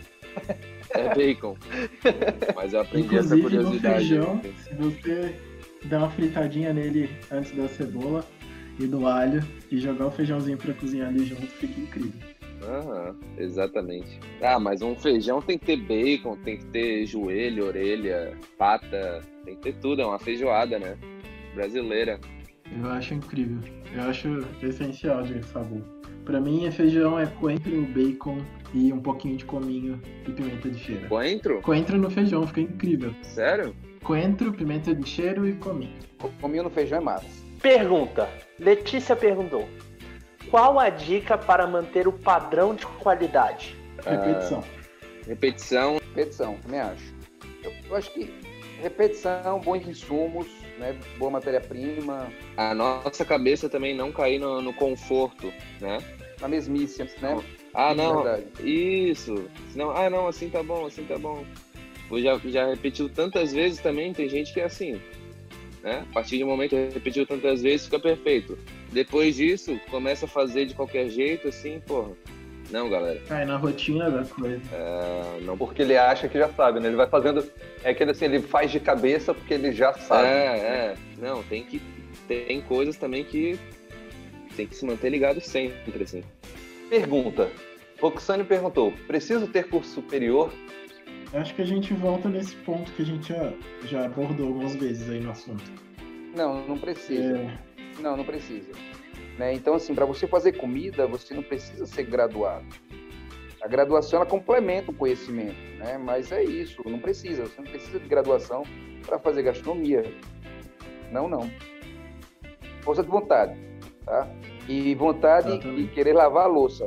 É bacon. Mas eu aprendi Inclusive, essa curiosidade. No feijão, se você der uma fritadinha nele antes da cebola e do alho e jogar o feijãozinho pra cozinhar ali junto, fica incrível. Aham, exatamente. Ah, mas um feijão tem que ter bacon, tem que ter joelho, orelha, pata, tem que ter tudo, é uma feijoada, né? Brasileira. Eu acho incrível, eu acho essencial de sabor. Pra mim, feijão é coentro, bacon e um pouquinho de cominho e pimenta de cheiro. Coentro? Coentro no feijão, fica incrível. Sério? Coentro, pimenta de cheiro e cominho. Cominho no feijão é massa. Pergunta. Letícia perguntou. Qual a dica para manter o padrão de qualidade? Repetição. Ah, repetição. Repetição, também acho. Eu, eu acho que repetição, bons insumos, né, boa matéria-prima. A nossa cabeça também não cair no, no conforto, né? Na mesmice, né? Ah, não, Verdade. isso. Não, ah, não, assim tá bom, assim tá bom. Eu já, já repetiu tantas vezes também, tem gente que é assim, né? A partir de um momento que repetiu tantas vezes, fica perfeito. Depois disso, começa a fazer de qualquer jeito, assim, porra. Não, galera. Cai na rotina da coisa. É, não... Porque ele acha que já sabe, né? Ele vai fazendo... É aquele assim, ele faz de cabeça porque ele já sabe. É, é. Não, tem que... Tem coisas também que tem que se manter ligado sempre, assim. Pergunta. Roxane perguntou, preciso ter curso superior? Acho que a gente volta nesse ponto que a gente já, já abordou algumas vezes aí no assunto. Não, não precisa. É... Não, não precisa. Né? Então, assim, para você fazer comida, você não precisa ser graduado. A graduação, ela complementa o conhecimento, né? Mas é isso, não precisa. Você não precisa de graduação para fazer gastronomia. Não, não. Força de vontade, tá? E vontade Exatamente. e querer lavar a louça.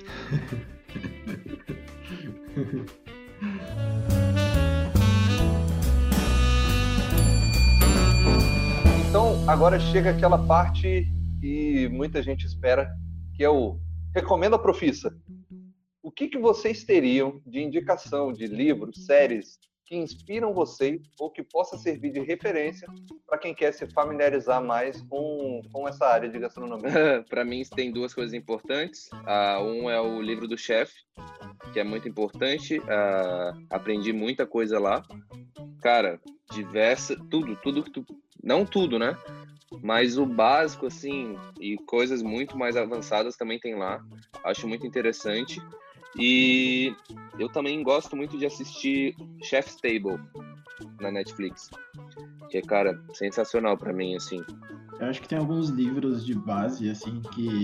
Então, agora chega aquela parte que muita gente espera, que é o Recomenda a Profissa. O que, que vocês teriam de indicação de livros, séries, que inspiram vocês ou que possa servir de referência para quem quer se familiarizar mais com, com essa área de gastronomia? Para mim, tem duas coisas importantes. Uh, um é o livro do chefe, que é muito importante. Uh, aprendi muita coisa lá. Cara, diversa, tudo, tudo que tu... Não tudo, né? Mas o básico, assim, e coisas muito mais avançadas também tem lá. Acho muito interessante. E eu também gosto muito de assistir Chef's Table na Netflix, que é, cara, sensacional pra mim, assim. Eu acho que tem alguns livros de base, assim, que,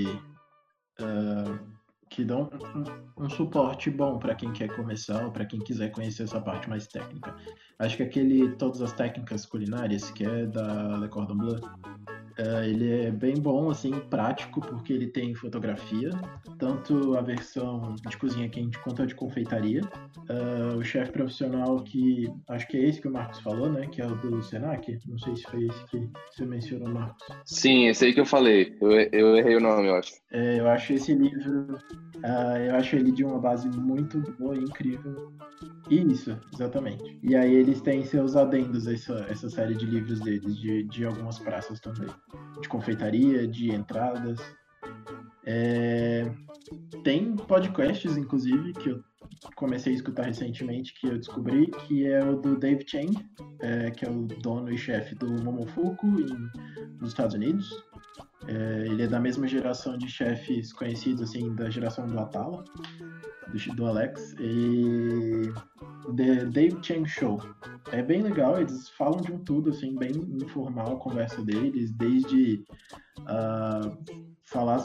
uh, que dão um, um suporte bom para quem quer começar ou para quem quiser conhecer essa parte mais técnica. Acho que aquele Todas as Técnicas Culinárias, que é da Le Cordon Bleu, uh, ele é bem bom, assim, prático, porque ele tem fotografia, tanto a versão de cozinha quente quanto a de confeitaria. Uh, o chefe profissional, que acho que é esse que o Marcos falou, né, que é o do Senac, não sei se foi esse que você mencionou, Marcos. Sim, esse aí que eu falei, eu, eu errei o nome, eu acho. É, eu acho esse livro, uh, eu acho ele de uma base muito boa e incrível. Isso, exatamente. E aí eles têm seus adendos, essa, essa série de livros deles, de, de algumas praças também. De confeitaria, de entradas. É... Tem podcasts, inclusive, que eu comecei a escutar recentemente, que eu descobri, que é o do Dave Chang, é, que é o dono e chefe do Momofuku em, nos Estados Unidos. É, ele é da mesma geração de chefes conhecidos, assim, da geração do Atala, do, do Alex, e The Dave Chang Show. É bem legal, eles falam de um tudo, assim, bem informal a conversa deles, desde uh, falar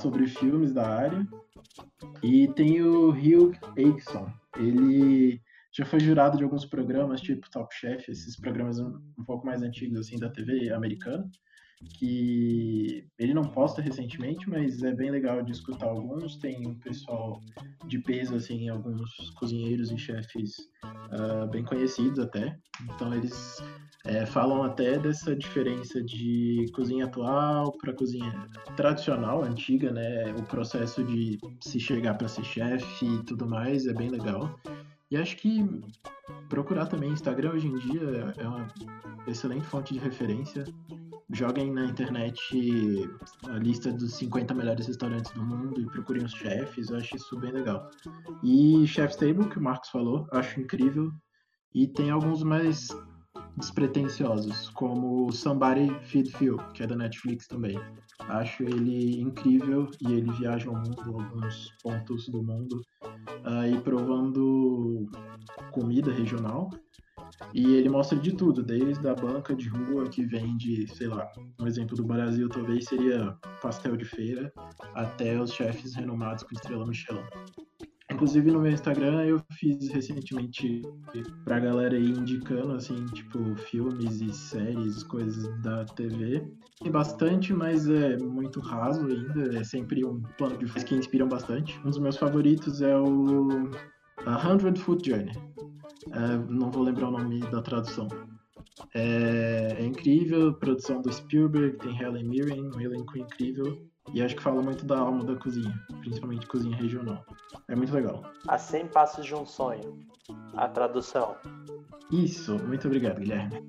sobre filmes da área. E tem o Hugh Akeson. Ele já foi jurado de alguns programas, tipo Top Chef, esses programas um, um pouco mais antigos assim da T V americana, que ele não posta recentemente, mas é bem legal de escutar alguns. Tem um pessoal de peso, assim, alguns cozinheiros e chefes uh, bem conhecidos até. Então eles é, falam até dessa diferença de cozinha atual para cozinha tradicional, antiga, né? O processo de se chegar para ser chefe e tudo mais é bem legal. E acho que procurar também Instagram hoje em dia é uma excelente fonte de referência. Joguem na internet a lista dos cinquenta melhores restaurantes do mundo e procurem os chefes, eu acho isso bem legal. E Chef's Table, que o Marcos falou, acho incrível. E tem alguns mais despretensiosos, como Somebody Feed Phil, que é da Netflix também. Acho ele incrível e ele viaja ao mundo, alguns pontos do mundo, aí provando comida regional. E ele mostra de tudo, desde a banca de rua que vende, sei lá, um exemplo do Brasil talvez seria pastel de feira, até os chefes renomados com estrela Michelin. Inclusive no meu Instagram eu fiz recentemente pra galera ir indicando, assim, tipo, filmes e séries, coisas da T V. Tem bastante, mas é muito raso ainda, é sempre um plano de fundo que inspiram bastante. Um dos meus favoritos é o A Hundred Food Journey. É, não vou lembrar o nome da tradução. É, é incrível, produção do Spielberg, tem Helen Mirren, um elenco incrível, e acho que fala muito da alma da cozinha, principalmente cozinha regional. É muito legal. A cem Passos de um Sonho, a tradução. Isso, muito obrigado, Guilherme.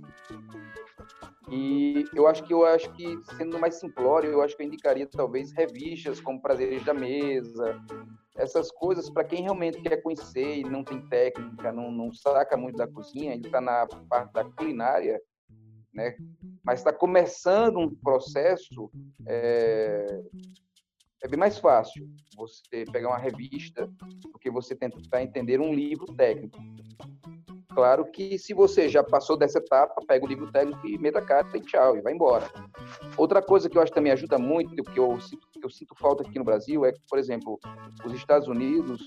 E eu acho que eu acho que, sendo mais simplório, eu acho que eu indicaria talvez revistas como Prazeres da Mesa, essas coisas para quem realmente quer conhecer e não tem técnica, não, não saca muito da cozinha, ele está na parte da culinária, né? Mas está começando um processo, é, é bem mais fácil você pegar uma revista do que você tentar entender um livro técnico. Claro que se você já passou dessa etapa, pega o livro técnico e meta a cara e tchau, e vai embora. Outra coisa que eu acho que também ajuda muito, que eu sinto, que eu sinto falta aqui no Brasil, é que, por exemplo, os Estados Unidos,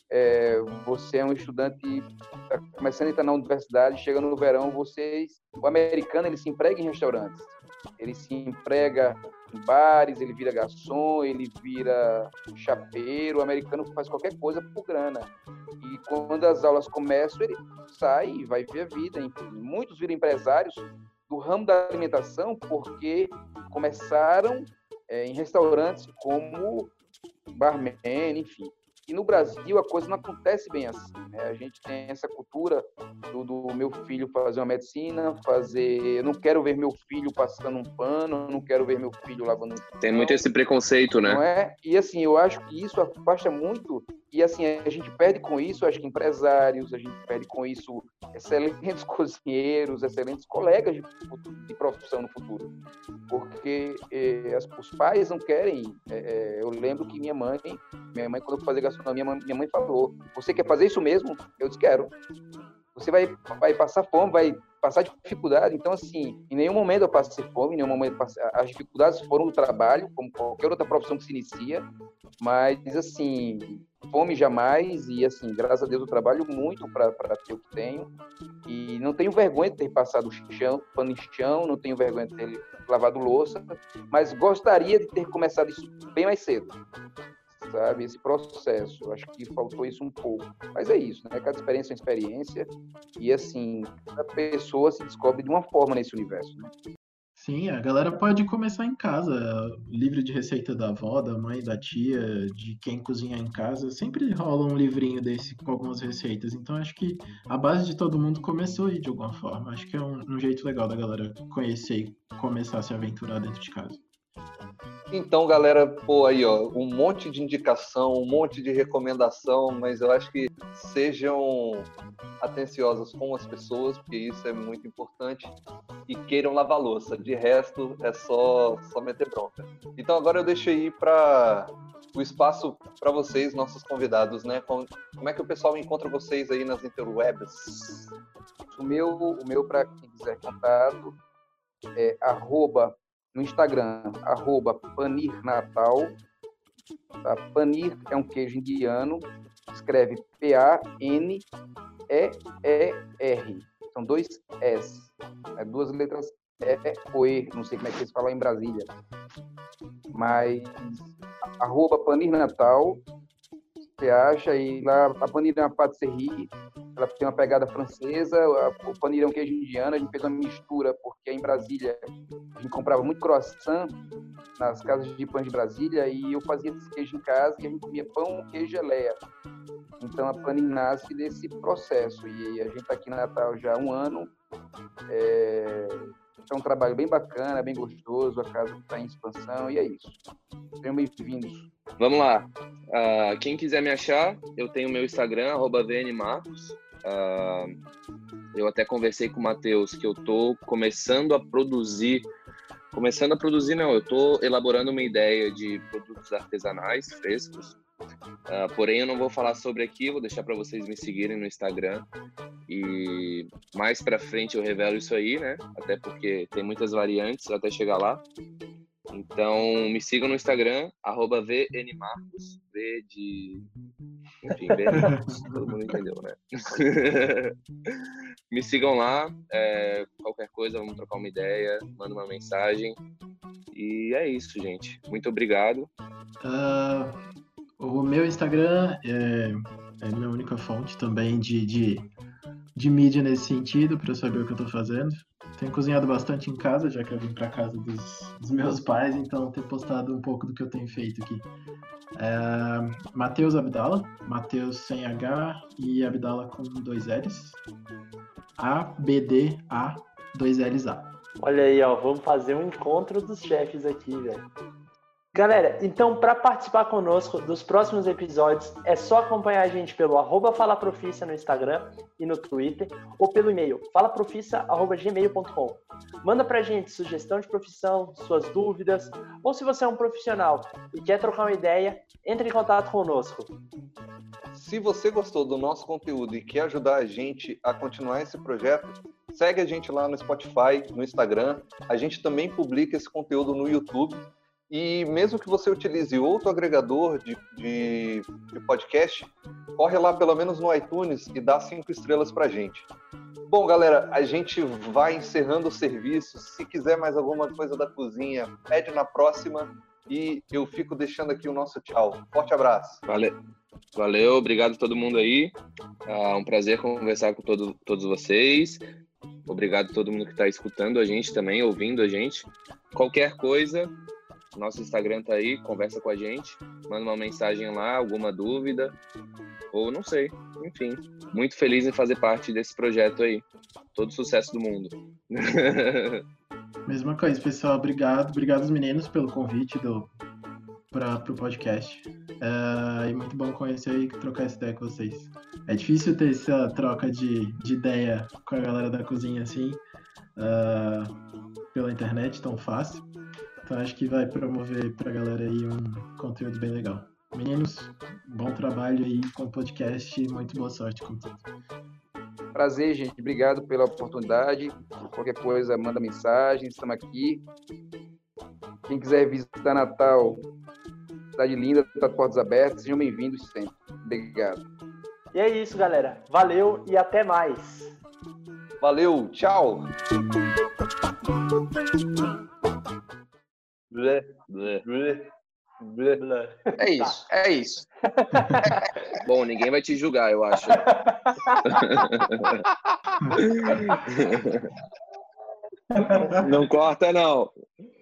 é, você é um estudante, tá começando a entrar na universidade, chegando no verão, vocês, o americano, ele se emprega em restaurantes, ele se emprega em bares, ele vira garçom, ele vira chapeiro, o americano faz qualquer coisa por grana. E quando as aulas começam, ele sai e vai ver a vida. Enfim, muitos viram empresários do ramo da alimentação porque começaram é, em restaurantes como barman, enfim. E no Brasil a coisa não acontece bem assim, né? A gente tem essa cultura do, do meu filho fazer uma medicina, fazer... Eu não quero ver meu filho passando um pano, eu não quero ver meu filho lavando um pano. Tem muito esse preconceito, né? Não é? E assim, eu acho que isso afasta muito, e assim, a gente perde com isso, acho que empresários, a gente perde com isso excelentes cozinheiros, excelentes colegas de, de profissão no futuro. Porque eh, as, os pais não querem... Eh, eu lembro que minha mãe, minha mãe quando eu fui fazer gastronomia, minha mãe falou, você quer fazer isso mesmo? Eu disse, quero. Você vai, vai passar fome, vai passar dificuldade. Então, assim, em nenhum momento eu passei fome, em nenhum momento passei... As dificuldades foram do trabalho, como qualquer outra profissão que se inicia, mas, assim, fome jamais, e, assim, graças a Deus eu trabalho muito para ter o que tenho, e não tenho vergonha de ter passado chão, pano em chão, não tenho vergonha de ter lavado louça, mas gostaria de ter começado isso bem mais cedo. Sabe, esse processo, acho que faltou isso um pouco, mas é isso, né? Cada experiência é uma experiência e assim, cada pessoa se descobre de uma forma nesse universo, né? Sim, a galera pode começar em casa, livro de receita da avó, da mãe, da tia, de quem cozinha em casa, sempre rola um livrinho desse com algumas receitas, então acho que a base de todo mundo começou aí de alguma forma, acho que é um, um jeito legal da galera conhecer e começar a se aventurar dentro de casa. Então, galera, pô, aí, ó, um monte de indicação, um monte de recomendação, mas eu acho que sejam atenciosos com as pessoas, porque isso é muito importante, e queiram lavar louça. De resto, é só, só meter bronca. Então, agora eu deixo aí para o espaço para vocês, nossos convidados, né? Como, como é que o pessoal encontra vocês aí nas interwebs? O meu, o meu para quem quiser contato, é arroba no Instagram, arroba panirnatal, Tá? Paneer é um queijo indiano, escreve P A N E E R. São dois S, é duas letras E ou E, não sei como é que eles falam em Brasília. Mas arroba Paneer Natal, você acha, e lá a Paneer é uma patisserie, ela tem uma pegada francesa, o Paneer é um queijo indiano, a gente fez uma mistura, porque em Brasília a gente comprava muito croissant nas casas de pães de Brasília, e eu fazia esse queijo em casa e a gente comia pão, queijo e geleia. Então a Paneer nasce desse processo, e a gente está aqui na Natal já há um ano. É... é um trabalho bem bacana, bem gostoso, a casa está em expansão, e é isso. Sejam bem-vindos. Vamos lá. Uh, quem quiser me achar, eu tenho meu Instagram, arroba vnmarcos. Uh, eu até conversei com o Matheus que eu estou começando a produzir, começando a produzir não, eu estou elaborando uma ideia de produtos artesanais frescos, uh, porém eu não vou falar sobre aqui, vou deixar para vocês me seguirem no Instagram e mais para frente eu revelo isso aí, né? Até porque tem muitas variantes até chegar lá. Então, me sigam no Instagram, arroba vnmarcos, V de... Enfim, vnmarcos, todo mundo entendeu, né? Me sigam lá, é, qualquer coisa, vamos trocar uma ideia, manda uma mensagem. E é isso, gente. Muito obrigado. Uh, o meu Instagram é, é a minha única fonte também de, de, de mídia nesse sentido, para eu saber o que eu estou fazendo. Tenho cozinhado bastante em casa, já que eu vim para casa dos, dos meus pais, então tenho postado um pouco do que eu tenho feito aqui. É, Matheus Abdala, Matheus sem H e Abdala com dois L's. A B D A dois L's A. Olha aí, ó, vamos fazer um encontro dos chefes aqui, velho. Galera, então para participar conosco dos próximos episódios é só acompanhar a gente pelo arroba falaprofissa no Instagram e no Twitter ou pelo e-mail falaprofissa arroba gmail ponto com. Manda pra gente sugestão de profissão, suas dúvidas, ou se você é um profissional e quer trocar uma ideia, entre em contato conosco. Se você gostou do nosso conteúdo e quer ajudar a gente a continuar esse projeto, segue a gente lá no Spotify, no Instagram. A gente também publica esse conteúdo no YouTube. E mesmo que você utilize outro agregador de, de, de podcast, corre lá pelo menos no iTunes e dá cinco estrelas pra gente. Bom, galera, a gente vai encerrando o serviço. Se quiser mais alguma coisa da cozinha, pede na próxima. E eu fico deixando aqui o nosso tchau. Forte abraço. Valeu, Valeu obrigado a todo mundo aí. É um prazer conversar com todo, todos vocês. Obrigado a todo mundo que está escutando a gente também, ouvindo a gente. Qualquer coisa... Nosso Instagram tá aí, conversa com a gente, manda uma mensagem lá, alguma dúvida, ou não sei, enfim. Muito feliz em fazer parte desse projeto aí. Todo sucesso do mundo. Mesma coisa, pessoal. Obrigado. Obrigado aos meninos pelo convite do, para o podcast. É, e muito bom conhecer e trocar essa ideia com vocês. É difícil ter essa troca de, de ideia com a galera da cozinha assim, uh, pela internet, tão fácil. Então acho que vai promover pra galera aí um conteúdo bem legal. Meninos, bom trabalho aí com o podcast e muito boa sorte com tudo. Prazer, gente. Obrigado pela oportunidade. Qualquer coisa, manda mensagem. Estamos aqui. Quem quiser visitar Natal, cidade linda, tá de portas abertas. Sejam bem-vindos sempre. Obrigado. E é isso, galera. Valeu e até mais. Valeu, tchau. Blé, blé, blé, blé, blé. É isso, é isso. Bom, ninguém vai te julgar, eu acho. Não corta, não.